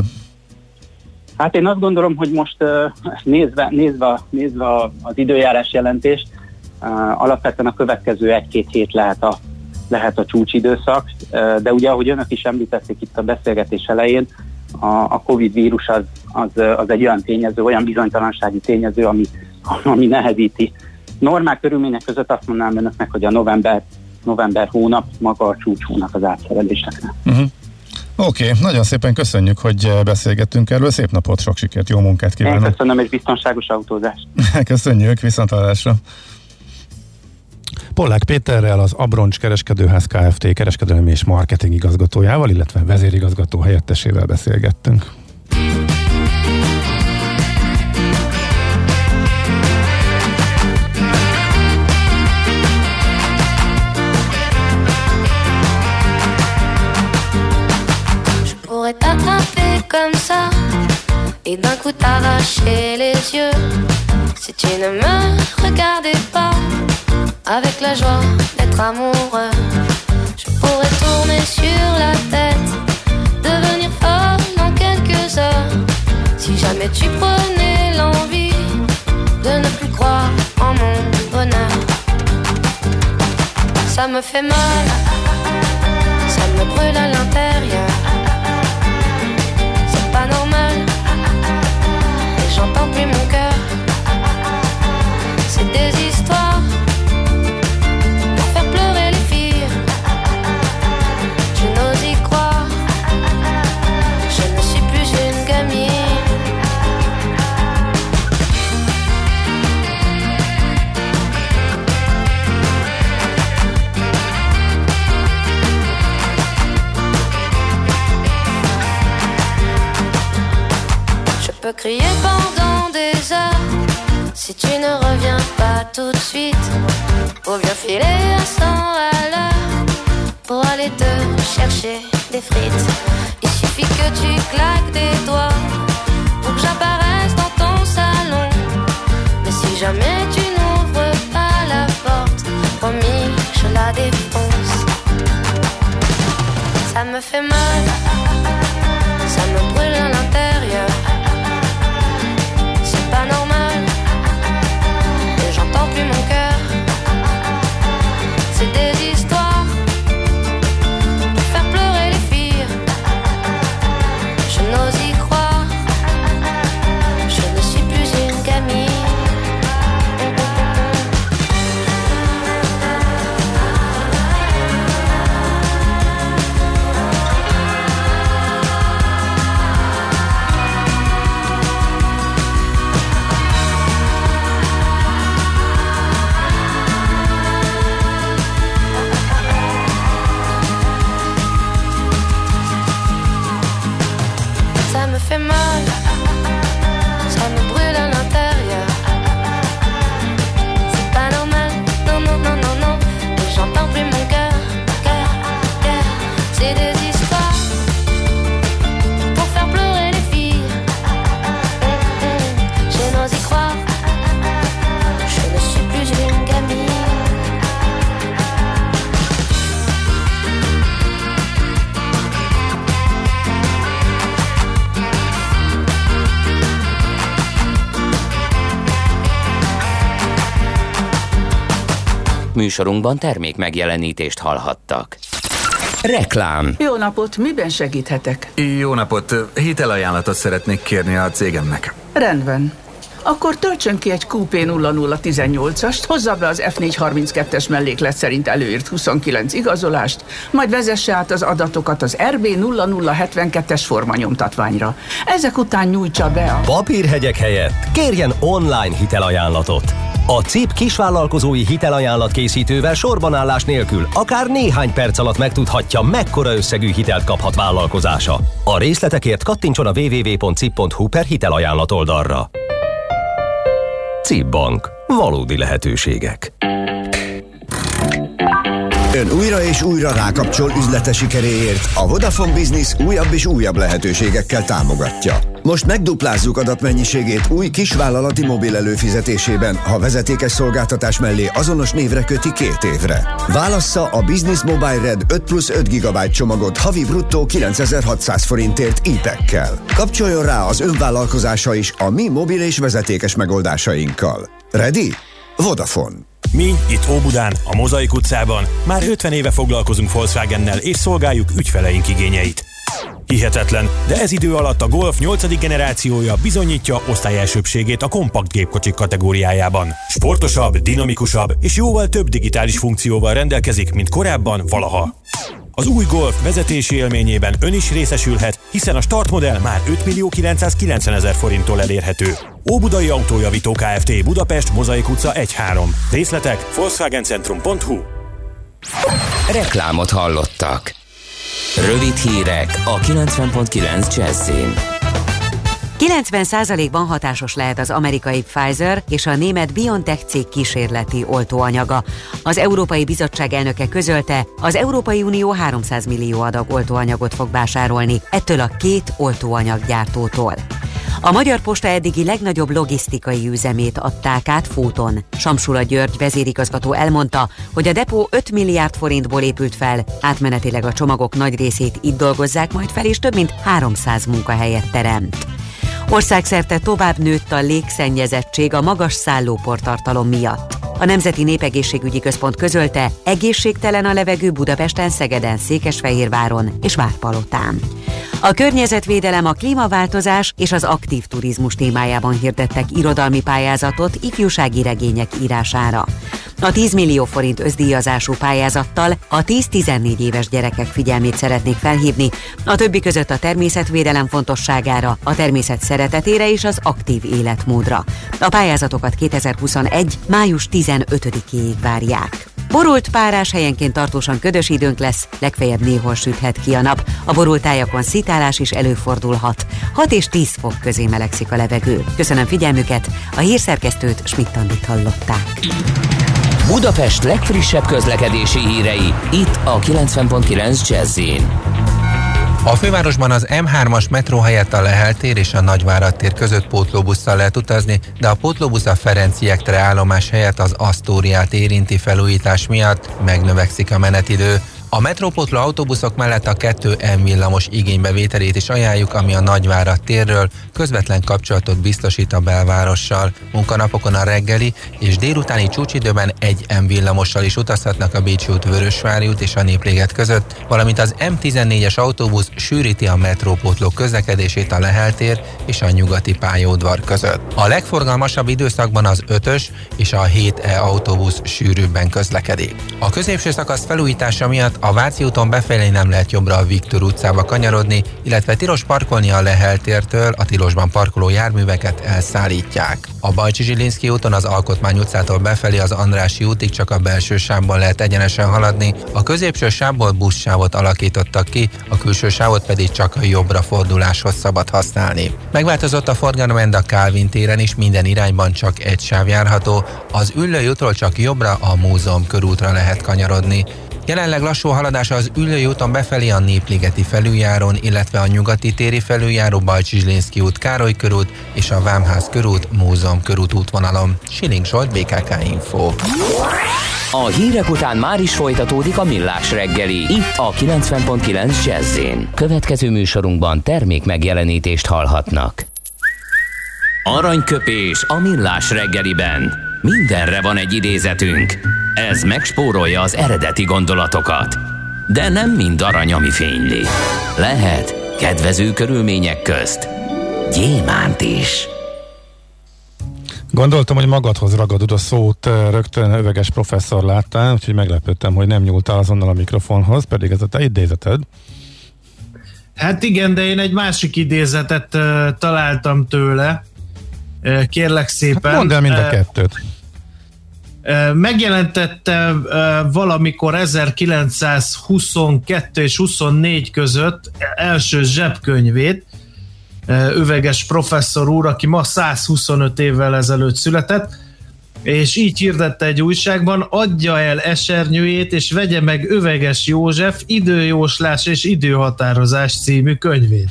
Speaker 10: Hát én azt gondolom, hogy most nézve, nézve, nézve az időjárás jelentést, alapvetően a következő egy-két hét lehet a lehet a csúcsidőszak, de ugye, ahogy önök is említették itt a beszélgetés elején, a, a Covid vírus az, az, az egy olyan tényező, olyan bizonytalansági tényező, ami, ami nehezíti. Normál körülmények között azt mondanám önöknek, hogy a november, november hónap maga a csúcs hónap az átszerelésekre. Uh-huh.
Speaker 8: Oké, okay, nagyon szépen köszönjük, hogy beszélgettünk erről, szép napot, sok sikert, jó munkát kívánok!
Speaker 10: Én köszönöm, és biztonságos autózást!
Speaker 8: Köszönjük, viszontlátásra! Pollák Péterrel, az Abroncs Kereskedőház Kft. Kereskedelmi és marketing igazgatójával, illetve vezérigazgató helyettesével beszélgettünk.
Speaker 11: Je pourrais t'attraper comme ça et d'un coup t'arracher les yeux si tu ne me regardais pas avec la joie d'être amoureux. Je pourrais tourner sur la tête, devenir folle en quelques heures, si jamais tu prenais l'envie de ne plus croire en mon bonheur. Ça me fait mal, ça me brûle à l'intérieur. C'est pas normal, et j'entends plus mon cœur. C'est des histoires peux crier pendant des heures. Si tu ne reviens pas tout de suite, faut bien filer à cent à l'heure pour aller te chercher des frites. Il suffit que tu claques des doigts pour que j'apparaisse dans ton salon. Mais si jamais tu n'ouvres pas la porte, promis, je la défonce. Ça me fait mal, ça me brûle à l'intérieur. C'est pas normal, et j'entends plus mon cœur. C'est des histoires pour faire pleurer les filles. Je n'ose y croire, je ne suis plus une gamine. Ça me fait mal, ça me brûle à l'intérieur. C'est pas normal, non, non, non, non, non. Et j'entends plus mon cœur, cœur, cœur. C'est des histoires pour faire pleurer les filles. Hum, hum, je n'ose y croire, je ne suis plus une gamine.
Speaker 1: Műsorunkban termék megjelenítést hallhattak. Reklám.
Speaker 12: Jó napot, miben segíthetek?
Speaker 13: Jó napot, hitelajánlatot szeretnék kérni a cégemnek.
Speaker 12: Rendben. Akkor töltsön ki egy Q P nulla nulla tizennyolcast, hozza be az F négy harminckettes melléklet szerint előírt huszonkilenc igazolást, majd vezesse át az adatokat az R B nulla nulla hetvenkettes formanyomtatványra. Ezek után nyújtsa be a...
Speaker 14: Papírhegyek helyett kérjen online hitelajánlatot. A C I P kisvállalkozói hitelajánlatkészítővel sorbanállás nélkül akár néhány perc alatt megtudhatja, mekkora összegű hitelt kaphat vállalkozása. A részletekért kattintson a double-u double-u double-u pont cip pont hu per hitelajánlat oldalra. C I P Bank. Valódi lehetőségek.
Speaker 15: Ön újra és újra rákapcsol üzlete sikeréért, a Vodafone Business újabb és újabb lehetőségekkel támogatja. Most megduplázzuk adatmennyiségét új kisvállalati mobil előfizetésében, ha vezetékes szolgáltatás mellé azonos névre köti két évre. Válassza a Business Mobile Red öt plusz öt gigabyte csomagot havi bruttó kilencezer-hatszáz forintért í pekkel. Kapcsoljon rá az önvállalkozása is a mi mobil és vezetékes megoldásainkkal. Ready? Vodafone.
Speaker 2: Mi itt Óbudán, a Mozaik utcában már ötven éve foglalkozunk Volkswagennel és szolgáljuk ügyfeleink igényeit. Hihetetlen, de ez idő alatt a Golf nyolcadik generációja bizonyítja osztályelsőbbségét a kompakt gépkocsik kategóriájában. Sportosabb, dinamikusabb és jóval több digitális funkcióval rendelkezik, mint korábban valaha. Az új Golf vezetési élményében ön is részesülhet, hiszen a startmodell már ötmillió kilencszázkilencvenezer forinttól elérhető. Óbudai Autójavító Kft. Budapest, Mozaik utca egy három. Részletek volkswagencentrum pont hu.
Speaker 1: Reklámot hallottak. Rövid hírek a kilencven pont kilenc Jazzin.
Speaker 5: kilencven százalékban hatásos lehet az amerikai Pfizer és a német BioNTech cég kísérleti oltóanyaga. Az Európai Bizottság elnöke közölte, az Európai Unió háromszáz millió adag oltóanyagot fog vásárolni ettől a két oltóanyaggyártótól. A Magyar Posta eddigi legnagyobb logisztikai üzemét adták át Fóton. Samsula György vezérigazgató elmondta, hogy a depó öt milliárd forintból épült fel, átmenetileg a csomagok nagy részét itt dolgozzák majd fel, és több mint háromszáz munkahelyet teremt. Országszerte tovább nőtt a légszennyezettség a magas szállóportartalom miatt. A Nemzeti Népegészségügyi Központ közölte, egészségtelen a levegő Budapesten, Szegeden, Székesfehérváron és Várpalotán. A környezetvédelem, a klímaváltozás és az aktív turizmus témájában hirdettek irodalmi pályázatot ifjúsági regények írására. A tíz millió forint összdíjazású pályázattal a tíz-tizennégy éves gyerekek figyelmét szeretnék felhívni, a többi között a természetvédelem fontosságára, a természet szeretetére és az aktív életmódra. A pályázatokat kétezer-huszonegy. május tizenötödikéig várják. Borult párás, helyenként tartósan ködös időnk lesz, legfeljebb néhol süthet ki a nap. A borult tájakon szitálás is előfordulhat. hat és tíz fok közé melegszik a levegő. Köszönöm figyelmüket, a hírszerkesztőt, Schmidt-Andit hallották.
Speaker 1: Budapest legfrissebb közlekedési hírei, itt a kilencven pont kilenc Jazz-in.
Speaker 16: A fővárosban az M hármas metró helyett a Lehel tér és a Nagyvárad tér között pótlóbusszal lehet utazni, de a pótlóbusz a Ferenciek tere állomás helyett az Asztóriát érinti, felújítás miatt megnövekszik a menetidő. A metrópótló autóbuszok mellett a kettő M villamos igénybevételét is ajánljuk, ami a Nagyvárad térről közvetlen kapcsolatot biztosít a belvárossal. Munkanapokon a reggeli és délutáni csúcsidőben egy M villamossal is utazhatnak a Bécsi út, Vörösvári út és a Népréget között, valamint az M tizennégyes autóbusz sűríti a metrópótló közlekedését a Lehel tér és a nyugati pályaudvar között. A legforgalmasabb időszakban az ötös és a hét E autóbusz sűrűbben közlekedik. A középső szakasz felújítása miatt a Váci úton befelé nem lehet jobbra a Viktor utcába kanyarodni, illetve tilos parkolni a Lehel tértől, a tilosban parkoló járműveket elszállítják. A Bajcsi-Zsilinszky úton az Alkotmány utcától befelé az Andrássy útig csak a belső sávban lehet egyenesen haladni, a középső sávból buszsávot alakítottak ki, a külső sávot pedig csak a jobbra forduláshoz szabad használni. Megváltozott a forgalomrend a Kálvin téren is, minden irányban csak egy sáv járható, az Üllői útról csak jobbra a Múzeum körútra lehet kanyarodni. Jelenleg lassú haladás az Üllői úton befelé a Népligeti felüljáron, illetve a Nyugati téri felüljáró Bajcsi-Zsilinszky út, Károly körút és a Vámház körút, Múzeum körút útvonalon. Siling Zsolt, bé ká ká Info.
Speaker 1: A hírek után már is folytatódik a Millás reggeli, itt a kilencven pont kilenc Jazz-in. Következő műsorunkban termék megjelenítést hallhatnak. Aranyköpés a Millás reggeliben. Mindenre van egy idézetünk. Ez megspórolja az eredeti gondolatokat. De nem mind arany, ami fényli. Lehet kedvező körülmények közt gyémánt is.
Speaker 8: Gondoltam, hogy magadhoz ragadod a szót, rögtön Öveges professzor láttál, úgyhogy meglepődtem, hogy nem nyúltál azonnal a mikrofonhoz, pedig ez a te idézeted.
Speaker 9: Hát igen, de én egy másik idézetet uh, találtam tőle. Uh, kérlek szépen.
Speaker 8: Hát mondd el mind a kettőt.
Speaker 9: Megjelentette valamikor ezerkilencszázhuszonkettő és huszonnégy között első zsebkönyvét, Öveges professzor úr, aki ma százhuszonöt évvel ezelőtt született, és így hirdette egy újságban: adja el esernyőjét és vegye meg Öveges József Időjóslás és időhatározás című könyvét.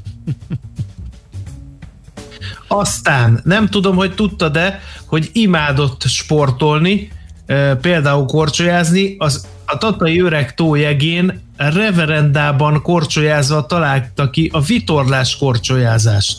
Speaker 9: Aztán nem tudom, hogy tudtad-e, hogy imádott sportolni, e, például korcsolyázni, az a tatai öreg tójegén reverendában korcsolyázva találta ki a vitorlás korcsolyázást.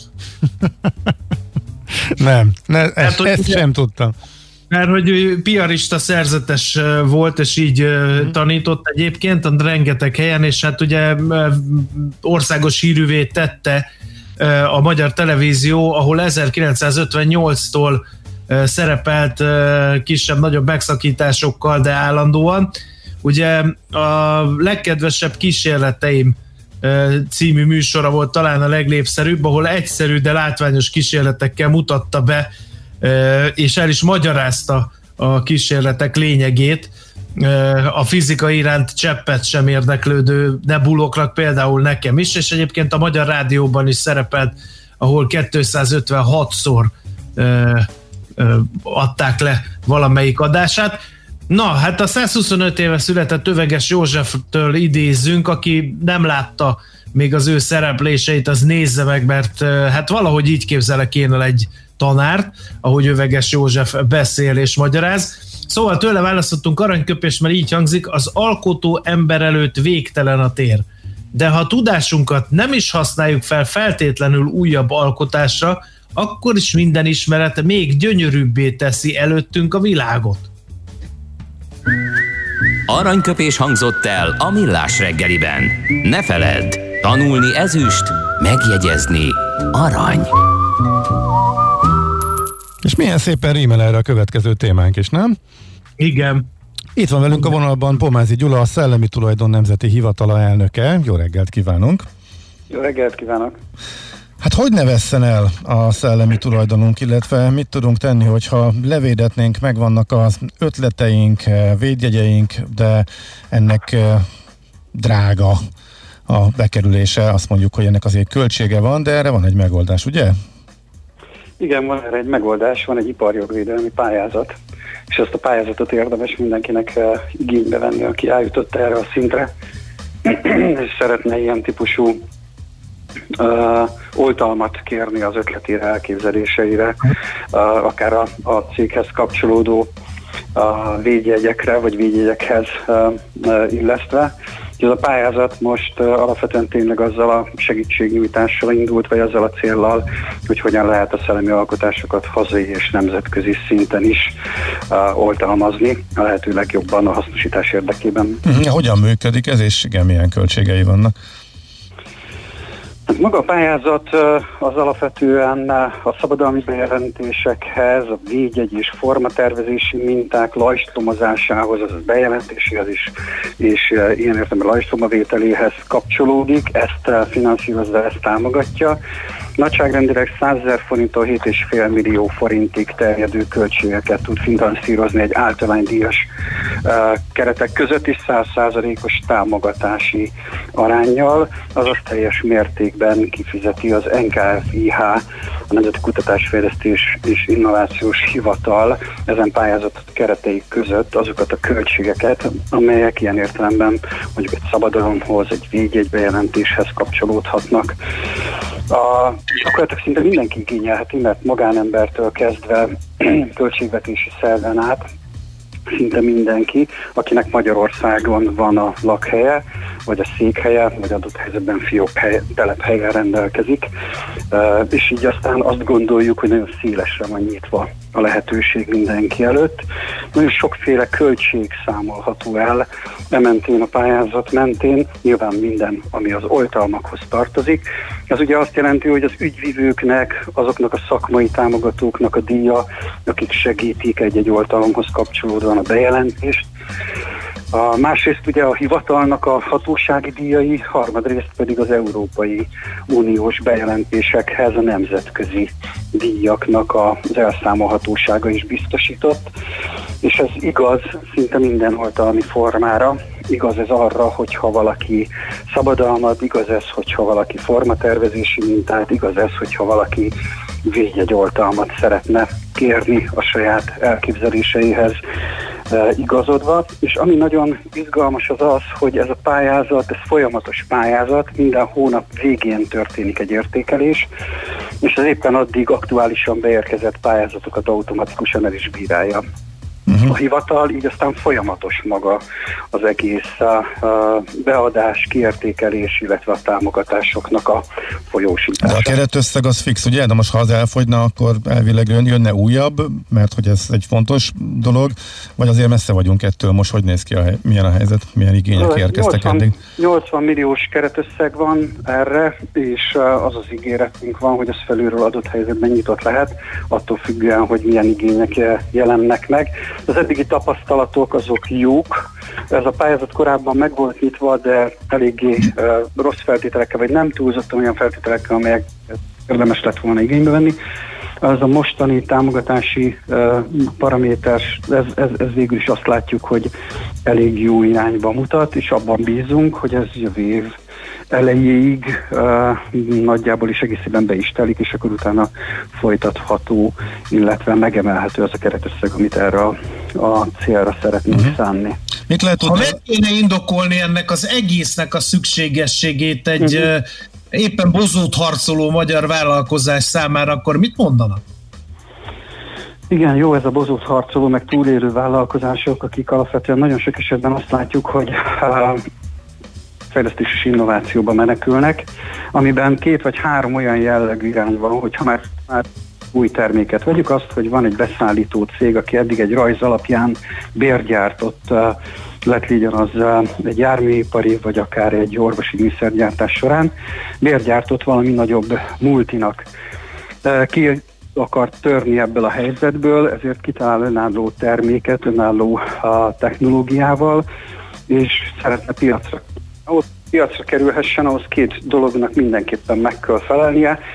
Speaker 8: Nem, ne, ezt,
Speaker 9: hát,
Speaker 8: ezt sem tudtam.
Speaker 9: Mert hogy ő piarista szerzetes volt, és így hmm. tanított egyébként a rengeteg helyen, és hát ugye országos hírűvé tette a Magyar Televízió, ahol ezerkilencszázötvennyolctól szerepelt kisebb-nagyobb megszakításokkal, de állandóan. Ugye a Legkedvesebb kísérleteim című műsora volt talán a legnépszerűbb, ahol egyszerű, de látványos kísérletekkel mutatta be, és el is magyarázta a kísérletek lényegét. A fizika iránt cseppet sem érdeklődő nebuloknak, például nekem is, és egyébként a Magyar Rádióban is szerepelt, ahol kétszázötvenhatszor ö, ö, adták le valamelyik adását. Na, hát a százhuszonöt éve született Öveges Józseftől idézzünk, aki nem látta még az ő szerepléseit, az nézze meg, mert hát valahogy így képzelek én el egy tanárt, ahogy Öveges József beszél és magyaráz. Szóval tőle választottunk aranyköpést, mert így hangzik: az alkotó ember előtt végtelen a tér. De ha tudásunkat nem is használjuk fel feltétlenül újabb alkotásra, akkor is minden ismeret még gyönyörűbbé teszi előttünk a világot.
Speaker 1: Aranyköpés hangzott el a Millás reggeliben. Ne feledd, tanulni ezüst, megjegyezni arany.
Speaker 8: És milyen szépen rímel erre a következő témánk is, nem?
Speaker 9: Igen.
Speaker 8: Itt van velünk a vonalban Pomázi Gyula, a Szellemi Tulajdon Nemzeti Hivatala elnöke. Jó reggelt kívánunk!
Speaker 17: Jó reggelt kívánok!
Speaker 8: Hát hogy ne vesszen el a szellemi tulajdonunk, illetve mit tudunk tenni, hogyha levédetnénk, megvannak az ötleteink, védjegyeink, de ennek drága a bekerülése, azt mondjuk, hogy ennek azért költsége van, de erre van egy megoldás, ugye?
Speaker 17: Igen, van erre egy megoldás, van egy iparjogvédelmi pályázat, és ezt a pályázatot érdemes mindenkinek uh, igénybe venni, aki eljutott erre a szintre, és szeretne ilyen típusú uh, oltalmat kérni az ötletére, elképzeléseire, uh, akár a, a céghez kapcsolódó uh, védjegyekre, vagy védjegyekhez uh, uh, illesztve. Ez a pályázat most uh, alapvetően tényleg azzal a segítségnyújtással indult, vagy azzal a céllal, hogy hogyan lehet a szellemi alkotásokat hazai és nemzetközi szinten is uh, oltalmazni, a lehető legjobban a hasznosítás érdekében.
Speaker 8: Uh-huh. Hogyan működik ez, és igen, milyen költségei vannak?
Speaker 17: Maga a pályázat az alapvetően a szabadalmi bejelentésekhez, a védjegy és formatervezési minták lajstromozásához, azaz bejelentéséhez is, és ilyen értelemben lajstromavételéhez kapcsolódik, ezt finanszírozza, ezt támogatja. Nagyságrendileg százezer forinttól hét egész öt millió forintig terjedő költségeket tud finanszírozni egy általánydíjas uh, keretek között is száz százalékos támogatási aránnyal, azaz teljes mértékben kifizeti az en ká ef i há, a Nemzeti Kutatásfejlesztés és Innovációs Hivatal ezen pályázat keretei között azokat a költségeket, amelyek ilyen értelemben mondjuk egy szabadalomhoz, egy védjegybejelentéshez kapcsolódhatnak. A, gyakorlatilag szinte mindenki igényelheti, mert magánembertől kezdve költségvetési szerven át szinte mindenki, akinek Magyarországon van a lakhelye, vagy a székhelye, vagy adott helyzetben fiókhely, telephelyen rendelkezik, és így aztán azt gondoljuk, hogy nagyon szélesre van nyitva a lehetőség mindenki előtt. Nagyon sokféle költség számolható el e mentén, a pályázat mentén, nyilván minden, ami az oltalmakhoz tartozik. Ez ugye azt jelenti, hogy az ügyvivőknek, azoknak a szakmai támogatóknak a díja, akik segítik egy-egy oltalomhoz kapcsolódóan a bejelentést. A másrészt ugye a hivatalnak a hatósági díjai, harmadrészt pedig az Európai Uniós bejelentésekhez a nemzetközi díjaknak az elszámolhatósága is biztosított, és ez igaz szinte minden oltalmi formára. Igaz ez arra, hogyha valaki szabadalmat, igaz ez, hogyha valaki formatervezési mintát, igaz ez, hogyha valaki védjegyoltalmat szeretne kérni a saját elképzeléseihez e, igazodva, és ami nagyon izgalmas az az, hogy ez a pályázat, ez folyamatos pályázat, minden hónap végén történik egy értékelés, és az éppen addig aktuálisan beérkezett pályázatokat automatikusan el is bírálja. Uh-huh. A hivatal, így aztán folyamatos maga az egész a, a beadás, kiértékelés, illetve a támogatásoknak a folyósítása.
Speaker 8: De a keretösszeg az fix, ugye? De most ha az elfogyna, akkor elvileg jönne újabb, mert hogy ez egy fontos dolog, vagy azért messze vagyunk ettől, most hogy néz ki, a, milyen a helyzet, milyen igények érkeztek eddig?
Speaker 17: nyolcvan milliós keretösszeg van erre, és az az ígéretünk van, hogy ez felülről adott helyzetben nyitott lehet, attól függően, hogy milyen igények jelennek meg. Az eddigi tapasztalatok azok jók. Ez a pályázat korábban meg volt nyitva, de eléggé uh, rossz feltételekkel, vagy nem túlzottan olyan feltételekkel, amelyek érdemes lett volna igénybe venni. Az a mostani támogatási uh, paraméter, ez, ez, ez végül is azt látjuk, hogy elég jó irányba mutat, és abban bízunk, hogy ez jövő év elejéig uh, nagyjából is egészében be is telik, és akkor utána folytatható, illetve megemelhető az a keretösszeg, amit erre a, a célra szeretnénk uh-huh. szánni.
Speaker 8: Mit lehet
Speaker 9: tudni? Ha meg kéne indokolni ennek az egésznek a szükségességét egy uh-huh. uh, éppen bozót harcoló magyar vállalkozás számára, akkor mit mondanak?
Speaker 17: Igen, jó ez a bozót harcoló, meg túlélő vállalkozások, akik alapvetően nagyon sok esetben azt látjuk, hogy uh, fejlesztés és innovációba menekülnek, amiben két vagy három olyan jellegű irány van, hogyha már, már új terméket vegyük azt, hogy van egy beszállító cég, aki eddig egy rajz alapján bérgyártott, uh, lett legyen az uh, egy járműipari, vagy akár egy orvosi műszergyártás során, bérgyártott valami nagyobb multinak. Uh, ki akart törni ebből a helyzetből, ezért kitalál önálló terméket, önálló uh, technológiával, és szeretne piacra ahhoz piacra kerülhessen, ahhoz két dolognak mindenképpen meg kell felelnie.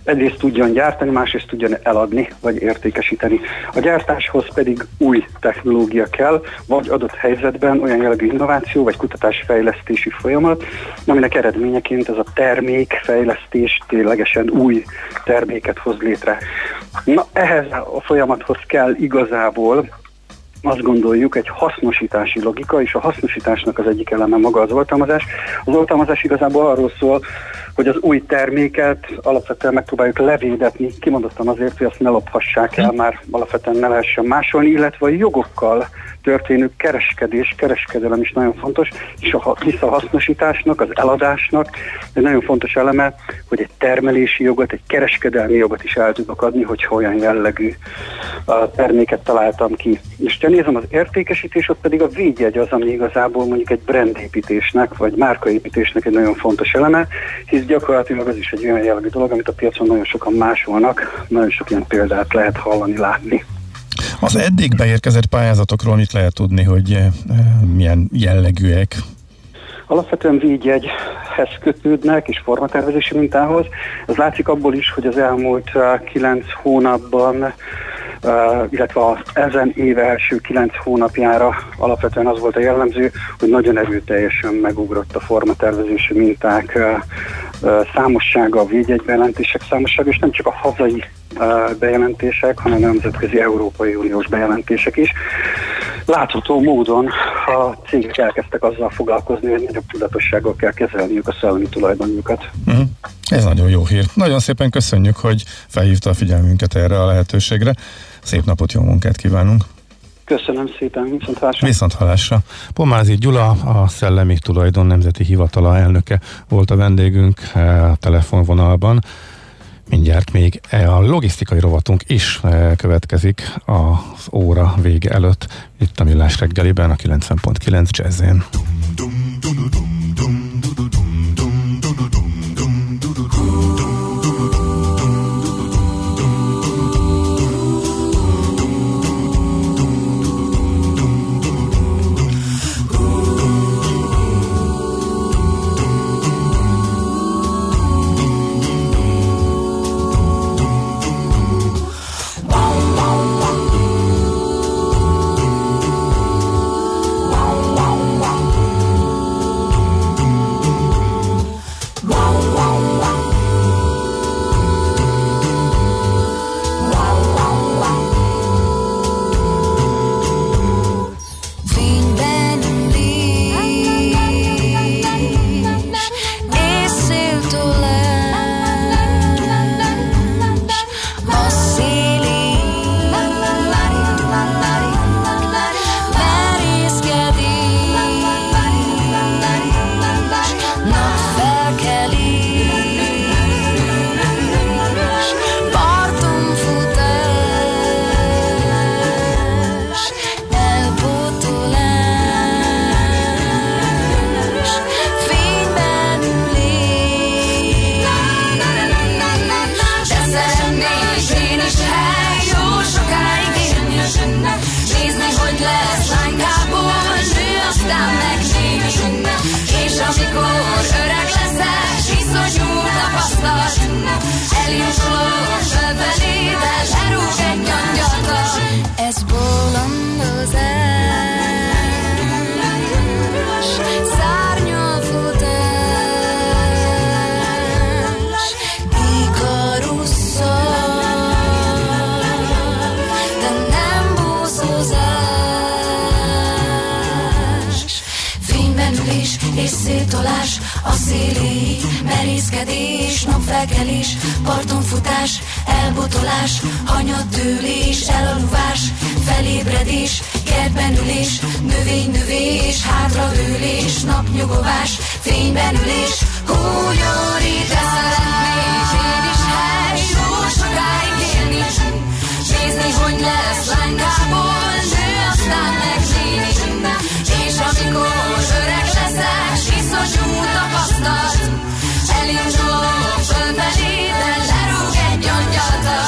Speaker 17: egyrészt tudjon gyártani, másrészt tudjon eladni, vagy értékesíteni. A gyártáshoz pedig új technológia kell, vagy adott helyzetben olyan jellegű innováció, vagy kutatásfejlesztési folyamat, aminek eredményeként ez a termékfejlesztés ténylegesen új terméket hoz létre. Na, ehhez a folyamathoz kell igazából azt gondoljuk, egy hasznosítási logika, és a hasznosításnak az egyik eleme maga az oltalmazás. Az oltalmazás igazából arról szól, hogy az új terméket alapvetően megpróbáljuk levédetni, kimondottan azért, hogy azt ne lophassák el, már alapvetően ne lehessen másolni, illetve a jogokkal történő kereskedés, kereskedelem is nagyon fontos, és a visszahasznosításnak, az eladásnak egy nagyon fontos eleme, hogy egy termelési jogot, egy kereskedelmi jogot is el tudok adni, hogyha olyan jellegű terméket találtam ki. És ha nézem az értékesítés, ott pedig a védjegy az, ami igazából mondjuk egy brandépítésnek, vagy márkaépítésnek egy nagyon fontos eleme, hisz gyakorlatilag az is egy olyan jellegű dolog, amit a piacon nagyon sokan másolnak, nagyon sok ilyen példát lehet hallani, látni.
Speaker 8: Az eddig beérkezett pályázatokról mit lehet tudni, hogy e, milyen jellegűek?
Speaker 17: Alapvetően védjegyhez kötődnek, és formatervezési mintához. Ez látszik abból is, hogy az elmúlt kilenc hónapban, Uh, illetve az ezen éve első kilenc hónapjára alapvetően az volt a jellemző, hogy nagyon erőteljesen megugrott a formatervezési minták uh, uh, számossága, a védjegybejelentések számossága, és nem csak a hazai uh, bejelentések, hanem nemzetközi Európai Uniós bejelentések is. Látható módon a cégek elkezdtek azzal foglalkozni, hogy nagyobb tudatossággal kell kezelniük a szellemi tulajdonjukat. Uh-huh.
Speaker 8: Ez nagyon jó hír. Nagyon szépen köszönjük, hogy felhívta a figyelmünket erre a lehetőségre. Szép napot, jó munkát kívánunk!
Speaker 17: Köszönöm szépen, viszont hallásra!
Speaker 8: Viszont hallásra! Pomázi Gyula, a Szellemi Tulajdon Nemzeti Hivatala elnöke volt a vendégünk a telefonvonalban. Mindjárt még a logisztikai rovatunk is következik az óra vége előtt. Itt a Millás reggeliben, a kilencven pont kilenc Jazz-en.
Speaker 18: Merészkedés, napfelkelés, parton futás, elbotolás, hanyattőlés, elaluvás, felébredés, kertben ülés, növény-növés, hátradőlés, napnyugovás, fényben ülés, húgyorítás, én is hely, jó sokáig élni, nézni, hogy lesz lánykából, nő, aztán megzsíni, és amikor öreg leszel, iszonyú tapasztalt, elindulok fölfelé, de lerúg egy angyaltal.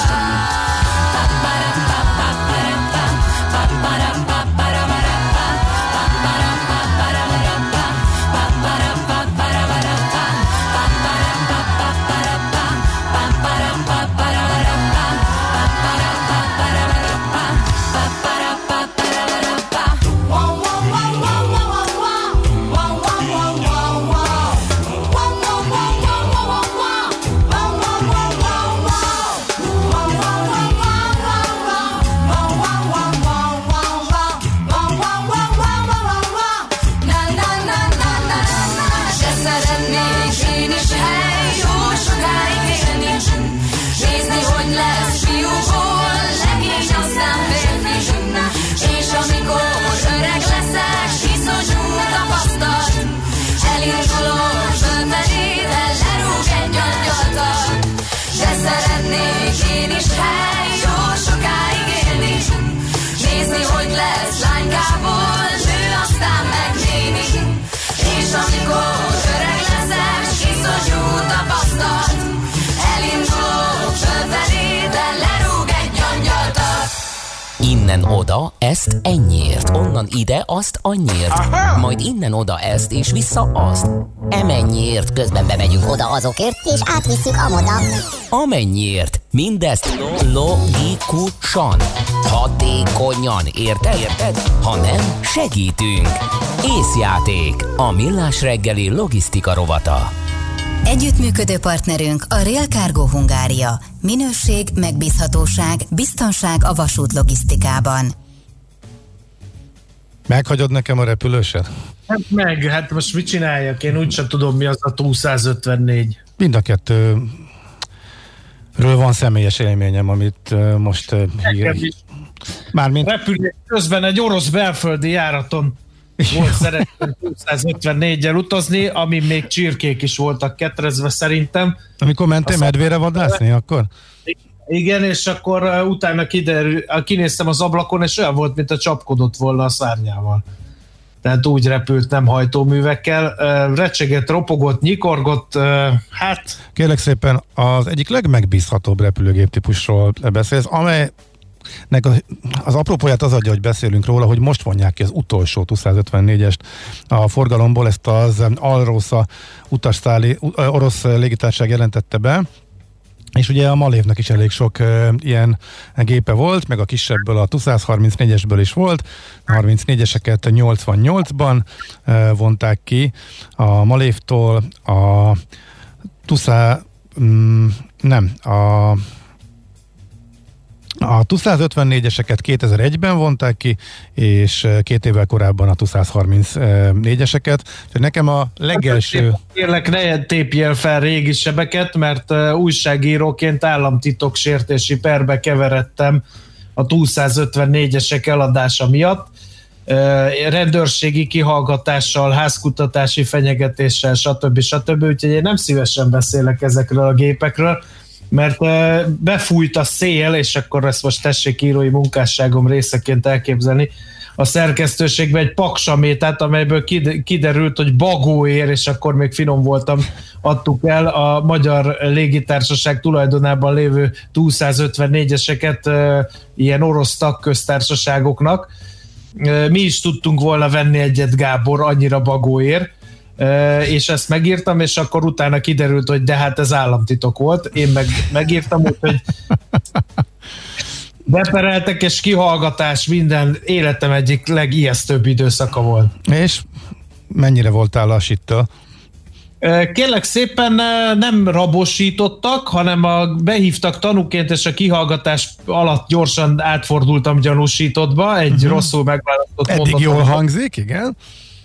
Speaker 1: Innen oda, ezt ennyiért, onnan ide, azt annyiért, aha, majd innen oda ezt, és vissza azt. Emennyiért, közben bemegyünk oda azokért, és átvisszük amoda. Amennyiért, mindezt logikusan, hatékonyan, érted? Érted? Ha nem, segítünk. Észjáték, a Millás reggeli logisztika rovata.
Speaker 3: Együttműködő partnerünk a Rail Cargo Hungária. Minőség, megbízhatóság, biztonság a vasút logisztikában.
Speaker 8: Meghagyod nekem a repülőset?
Speaker 9: Hát meg, hát most mit csináljak? Én úgysem tudom, mi az a T U száz ötvennégy.
Speaker 8: Mind a kettőről van személyes élményem, amit uh, most uh, hír... Mármint...
Speaker 9: Repülés közben egy orosz belföldi járaton volt szeretném T U száz ötvennégyel utazni, ami még csirkék is voltak ketrezve szerintem.
Speaker 8: Amikor mentél medvére vadászni, akkor?
Speaker 9: Igen, és akkor uh, utána kiderül, uh, kinéztem az ablakon, és olyan volt, mint a csapkodott volna a szárnyával. Tehát úgy repült, nem hajtóművekkel. Uh, recsegett, ropogott, nyikorgott, uh, hát...
Speaker 8: Kérlek szépen, az egyik legmegbízhatóbb repülőgép típusról beszélsz, amely az apropóját az adja, hogy beszélünk róla, hogy most vonják ki az utolsó T U száz ötvennégyest a forgalomból, ezt az Alrosa utasszállí, orosz légitársaság jelentette be, és ugye a Malévnek is elég sok uh, ilyen gépe volt, meg a kisebből a T U száz harmincnégyesből is volt, a harmincnégyeseket nyolcvannyolcban uh, vonták ki a Malévtól, a T U száz, um, nem, a A T U száz ötvennégyeseket kétezer-egyben vonták ki, és két évvel korábban a T U száz harmincnégyeseket. Tehát nekem a legelső...
Speaker 9: Kérlek, ne tépjél fel régi sebeket, mert újságíróként államtitoksértési perbe keveredtem a T U száz ötvennégyesek eladása miatt. Rendőrségi kihallgatással, házkutatási fenyegetéssel, stb. stb. Úgyhogy én nem szívesen beszélek ezekről a gépekről, mert uh, befújt a szél, és akkor ezt most tessék írói munkásságom részeként elképzelni, a szerkesztőségben egy paksamétát, amelyből kiderült, hogy bagóér, és akkor még finom voltam, adtuk el a Magyar Légitársaság tulajdonában lévő T U száz ötvennégyeseket uh, ilyen orosz tagköztársaságoknak. Uh, mi is tudtunk volna venni egyet, Gábor, annyira bagóér. Uh, és ezt megírtam, és akkor utána kiderült, hogy de hát ez államtitok volt. Én meg megírtam, úgyhogy bepereltek, és kihallgatás, minden életem egyik legijesztőbb időszaka volt.
Speaker 8: És mennyire voltál lassítva?
Speaker 9: Uh, kérlek szépen uh, nem rabosítottak, hanem a, behívtak tanúként, és a kihallgatás alatt gyorsan átfordultam gyanúsítottba, egy uh-huh. rosszul megválasztott mondatot.
Speaker 8: Eddig jól hangzik, igen.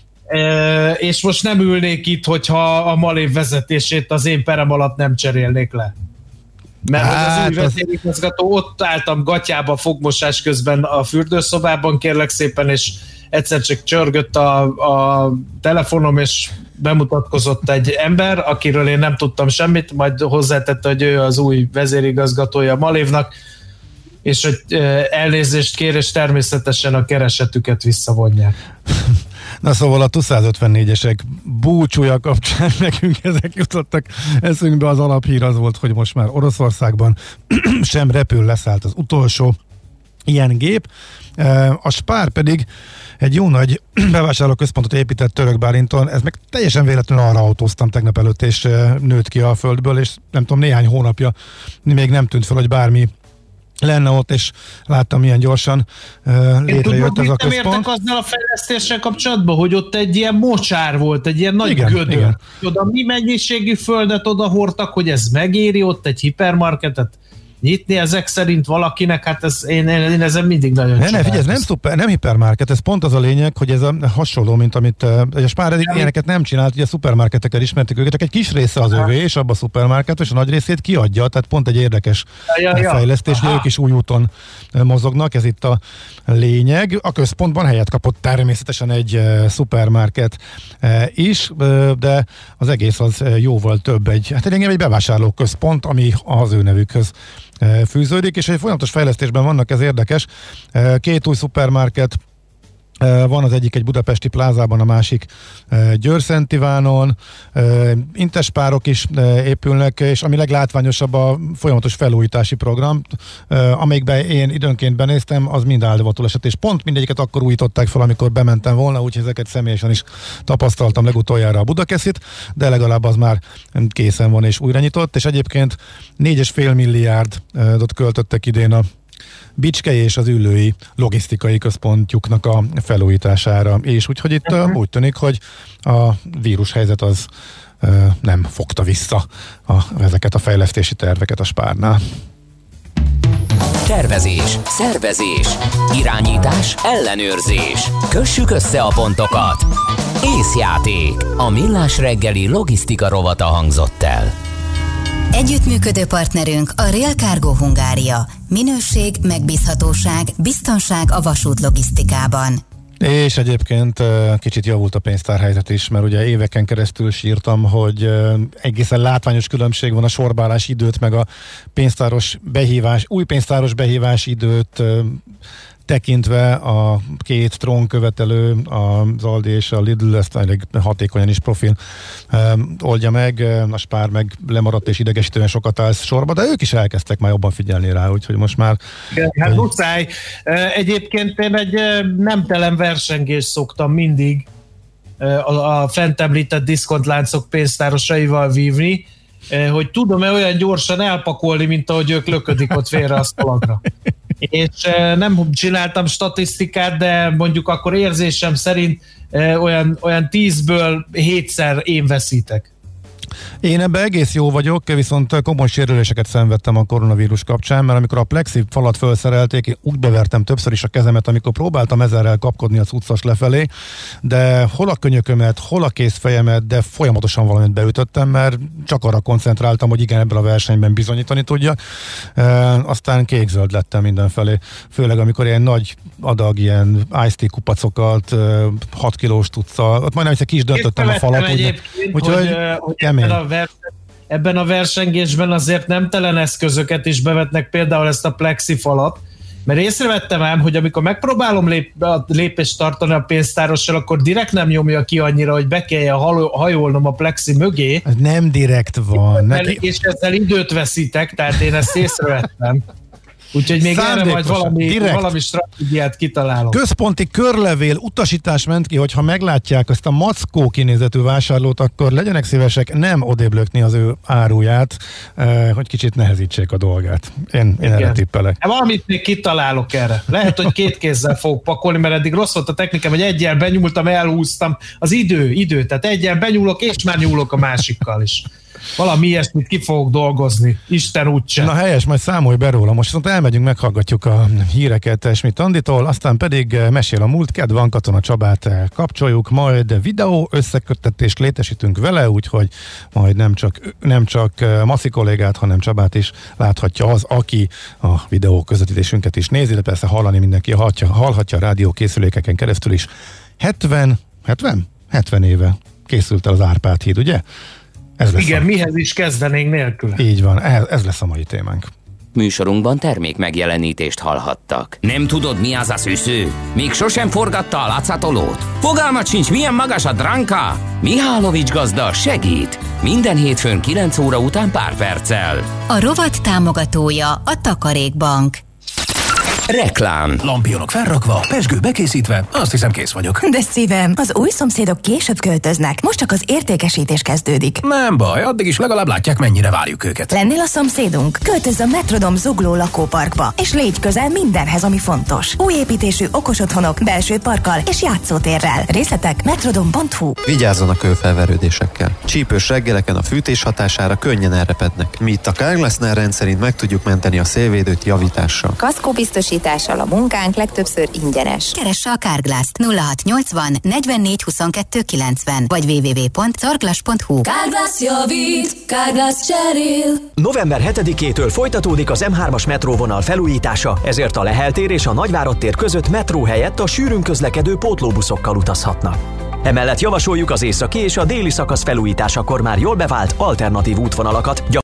Speaker 9: E, és most nem ülnék itt, hogyha a Malév vezetését az én perem alatt nem cserélnék le. Mert hát, az új vezérigazgató, ott álltam gatyába fogmosás közben a fürdőszobában, kérlek szépen, és egyszer csak csörgött a, a telefonom, és bemutatkozott egy ember, akiről én nem tudtam semmit, majd hozzátette, hogy ő az új vezérigazgatója a Malévnak, és hogy elnézést kér, és természetesen a keresetüket visszavonják.
Speaker 8: Na szóval a T U száz ötvennégyesek búcsúja kapcsán nekünk ezek jutottak eszünkbe. Az alaphír az volt, hogy most már Oroszországban sem repül, leszállt az utolsó ilyen gép. A Spár pedig egy jó nagy bevásárlóközpontot épített Törökbálinton, ez meg teljesen véletlenül arra autóztam tegnap előtt, és nőtt ki a földből, és nem tudom, néhány hónapja még nem tűnt fel, hogy bármi lenne ott, és láttam, milyen gyorsan uh, létrejött ez a központ.
Speaker 9: Nem értek azzal a fejlesztéssel kapcsolatban, hogy ott egy ilyen mocsár volt, egy ilyen nagy
Speaker 8: igen,
Speaker 9: gödör.
Speaker 8: Igen.
Speaker 9: Oda mi mennyiségű földet oda hordtak, hogy ez megéri ott egy hipermarketet nyitni ezek szerint valakinek, hát ez, én, én, én ezen mindig nagyon
Speaker 8: Ne, ne, figyelj, ez nem, szuper, nem hipermarket, ez pont az a lényeg, hogy ez a hasonló, mint amit a Spár eddig ilyeneket nem csinált, ugye a szupermarketekkel ismertek őket, csak egy kis része az övé, és abba a szupermarket, és a nagy részét kiadja, tehát pont egy érdekes ja, ja, fejlesztés, hogy ők is új úton mozognak, ez itt a lényeg. A központban helyet kapott természetesen egy uh, szupermarket uh, is, uh, de az egész az uh, jóval több, egy, hát engem egy bevásárlóközpont, ami az ő nevükhöz fűződik, és egy folyamatos fejlesztésben vannak, ez érdekes. Két új szupermarket Van az egyik egy budapesti plázában, a másik Győr-Szent Ivánon, intespárok is épülnek, és ami leglátványosabb a folyamatos felújítási program, amelyikben én időnként benéztem, az mind áldovatul esett, és pont mindegyiket akkor újították fel, amikor bementem volna, úgyhogy ezeket személyesen is tapasztaltam legutoljára a Budakeszit, de legalább az már készen van és újra nyitott, és egyébként négy és fél milliárdot költöttek idén a Bicskei és az Üllői logisztikai központjuknak a felújítására, és úgyhogy itt uh-huh. úgy tűnik, hogy a vírushelyzet az uh, nem fogta vissza a, ezeket a fejlesztési terveket a Spárnál.
Speaker 1: Tervezés, szervezés, irányítás, ellenőrzés. Kössük össze a pontokat. Észjáték. A Millás reggeli logisztika rovata hangzott el.
Speaker 3: Együttműködő partnerünk a Rail Cargo Hungária. Minőség, megbízhatóság, biztonság a vasút logisztikában.
Speaker 8: És egyébként kicsit javult a pénztárhelyzet is, mert ugye éveken keresztül sírtam, hogy egészen látványos különbség van a sorbálás időt, meg a pénztáros behívás, új pénztáros behívás időt tekintve. A két trónkövetelő, az Aldi és a Lidl ezt elég hatékonyan is profil um, oldja meg, a Spár meg lemaradt és idegesítően sokat állsz sorba, de ők is elkezdtek már jobban figyelni rá, úgyhogy most már...
Speaker 9: Hát muszáj. Egyébként én egy nemtelen versengést szoktam mindig a, a fent említett diszkontláncok pénztárosaival vívni, hogy tudom-e olyan gyorsan elpakolni, mint ahogy ők löködik ott félre a szalagra. És nem csináltam statisztikát, de mondjuk akkor érzésem szerint olyan, olyan tízből hétszer én veszítek.
Speaker 8: Én ebben egész jó vagyok, viszont komoly sérüléseket szenvedtem a koronavírus kapcsán, mert amikor a plexi falat felszerelték, én úgy bevertem többször is a kezemet, amikor próbáltam ezerrel kapkodni az utcas lefelé, de hol a könyökömet, hol a kézfejemet, de folyamatosan valamit beütöttem, mert csak arra koncentráltam, hogy igen, ebben a versenyben bizonyítani tudja. E, aztán kék-zöld lettem mindenfelé, főleg amikor ilyen nagy adag, ilyen ice tea kupacokat, hat kilós tudszal, ott majdnem egyszer ki is döntöttem a falat. Úgyhogy
Speaker 9: hogy, hogy ebben, a vers, ebben a versengésben azért nemtelen eszközöket is bevetnek, például ezt a plexi falat, mert észrevettem ám, hogy amikor megpróbálom lép, a lépést tartani a pénztárossal, akkor direkt nem nyomja ki annyira, hogy be kelljen hajolnom a plexi mögé.
Speaker 8: Ez nem direkt van.
Speaker 9: Neki... És ezzel időt veszítek, tehát én ezt észrevettem. Úgyhogy még erre majd valami, valami stratégiát kitalálok.
Speaker 8: Központi körlevél utasítás ment ki, hogyha meglátják ezt a mackó kinézetű vásárlót, akkor legyenek szívesek nem odébb lökni az ő áruját, eh, hogy kicsit nehezítsék a dolgát. Én, én erre tippelek.
Speaker 9: Hát valamit még kitalálok erre. Lehet, hogy két kézzel fogok pakolni, mert eddig rossz volt a technikám, hogy egyen benyúltam, elhúztam. Az idő, idő, tehát egyen benyúlok, és már nyúlok a másikkal is. Valami ilyesmit ki fogok dolgozni. Isten úgyse.
Speaker 8: Na helyes, majd számolj be róla. Most viszont elmegyünk, meghallgatjuk a híreket Schmidt Anditól, aztán pedig mesél a múlt, kedvan Katona Csabát kapcsoljuk, majd videó összeköttetést létesítünk vele, úgyhogy majd nem csak, nem csak Maszi kollégát, hanem Csabát is láthatja az, aki a videó közvetítésünket is nézi, de persze hallani mindenki hallhatja, hallhatja a rádió készülékeken keresztül is. hetven, hetven? hetven éve készült el az Árpád híd, ugye?
Speaker 9: Igen, a... mihez is kezdenénk nélkül.
Speaker 8: Így van, ez, ez lesz a mai témánk.
Speaker 1: Műsorunkban termék megjelenítést hallhattak. Nem tudod, mi az a szűző? Még sosem forgatta a látszatolót? Fogalmat sincs, milyen magas a dránka? Mihálovics gazda segít! Minden hétfőn kilenc óra után pár perccel.
Speaker 3: A rovat támogatója a Takarékbank.
Speaker 1: Reklám.
Speaker 19: Lampionok felrakva, pezsgő bekészítve, azt hiszem kész vagyok.
Speaker 20: De szívem, az új szomszédok később költöznek, most csak az értékesítés kezdődik.
Speaker 19: Nem baj, addig is legalább látják, mennyire várjuk őket.
Speaker 20: Lennél a szomszédunk? Költözz a Metrodom Zugló lakóparkba, és légy közel mindenhez, ami fontos. Új építésű okos otthonok, belső parkkal és játszótérrel. Részletek metrodom pont hu.
Speaker 21: Vigyázzon a kőfelverődésekkel. Csípős reggeleken a fűtés hatására könnyen elrepednek. Mi itt a Carglassnál rendszerint meg tudjuk menteni a szélvédőt javítással.
Speaker 22: Kaszkó biztosítással a munkánk legtöbbször ingyenes.
Speaker 3: Keresse a Carglass-t nulla hat nyolcvan negyvennégy huszonkettő kilencven vagy double-u double-u double-u pont carglass pont hu.
Speaker 18: Carglass javít, Carglass cserél.
Speaker 23: November hetedikétől folytatódik az em hármas metróvonal felújítása, ezért a Lehel tér és a Nagyvárad tér között metró helyett a sűrűn közlekedő pótlóbuszokkal utazhatnak. Emellett javasoljuk az északi és a déli szakasz felújításakor már jól bevált alternatív útvonalakat,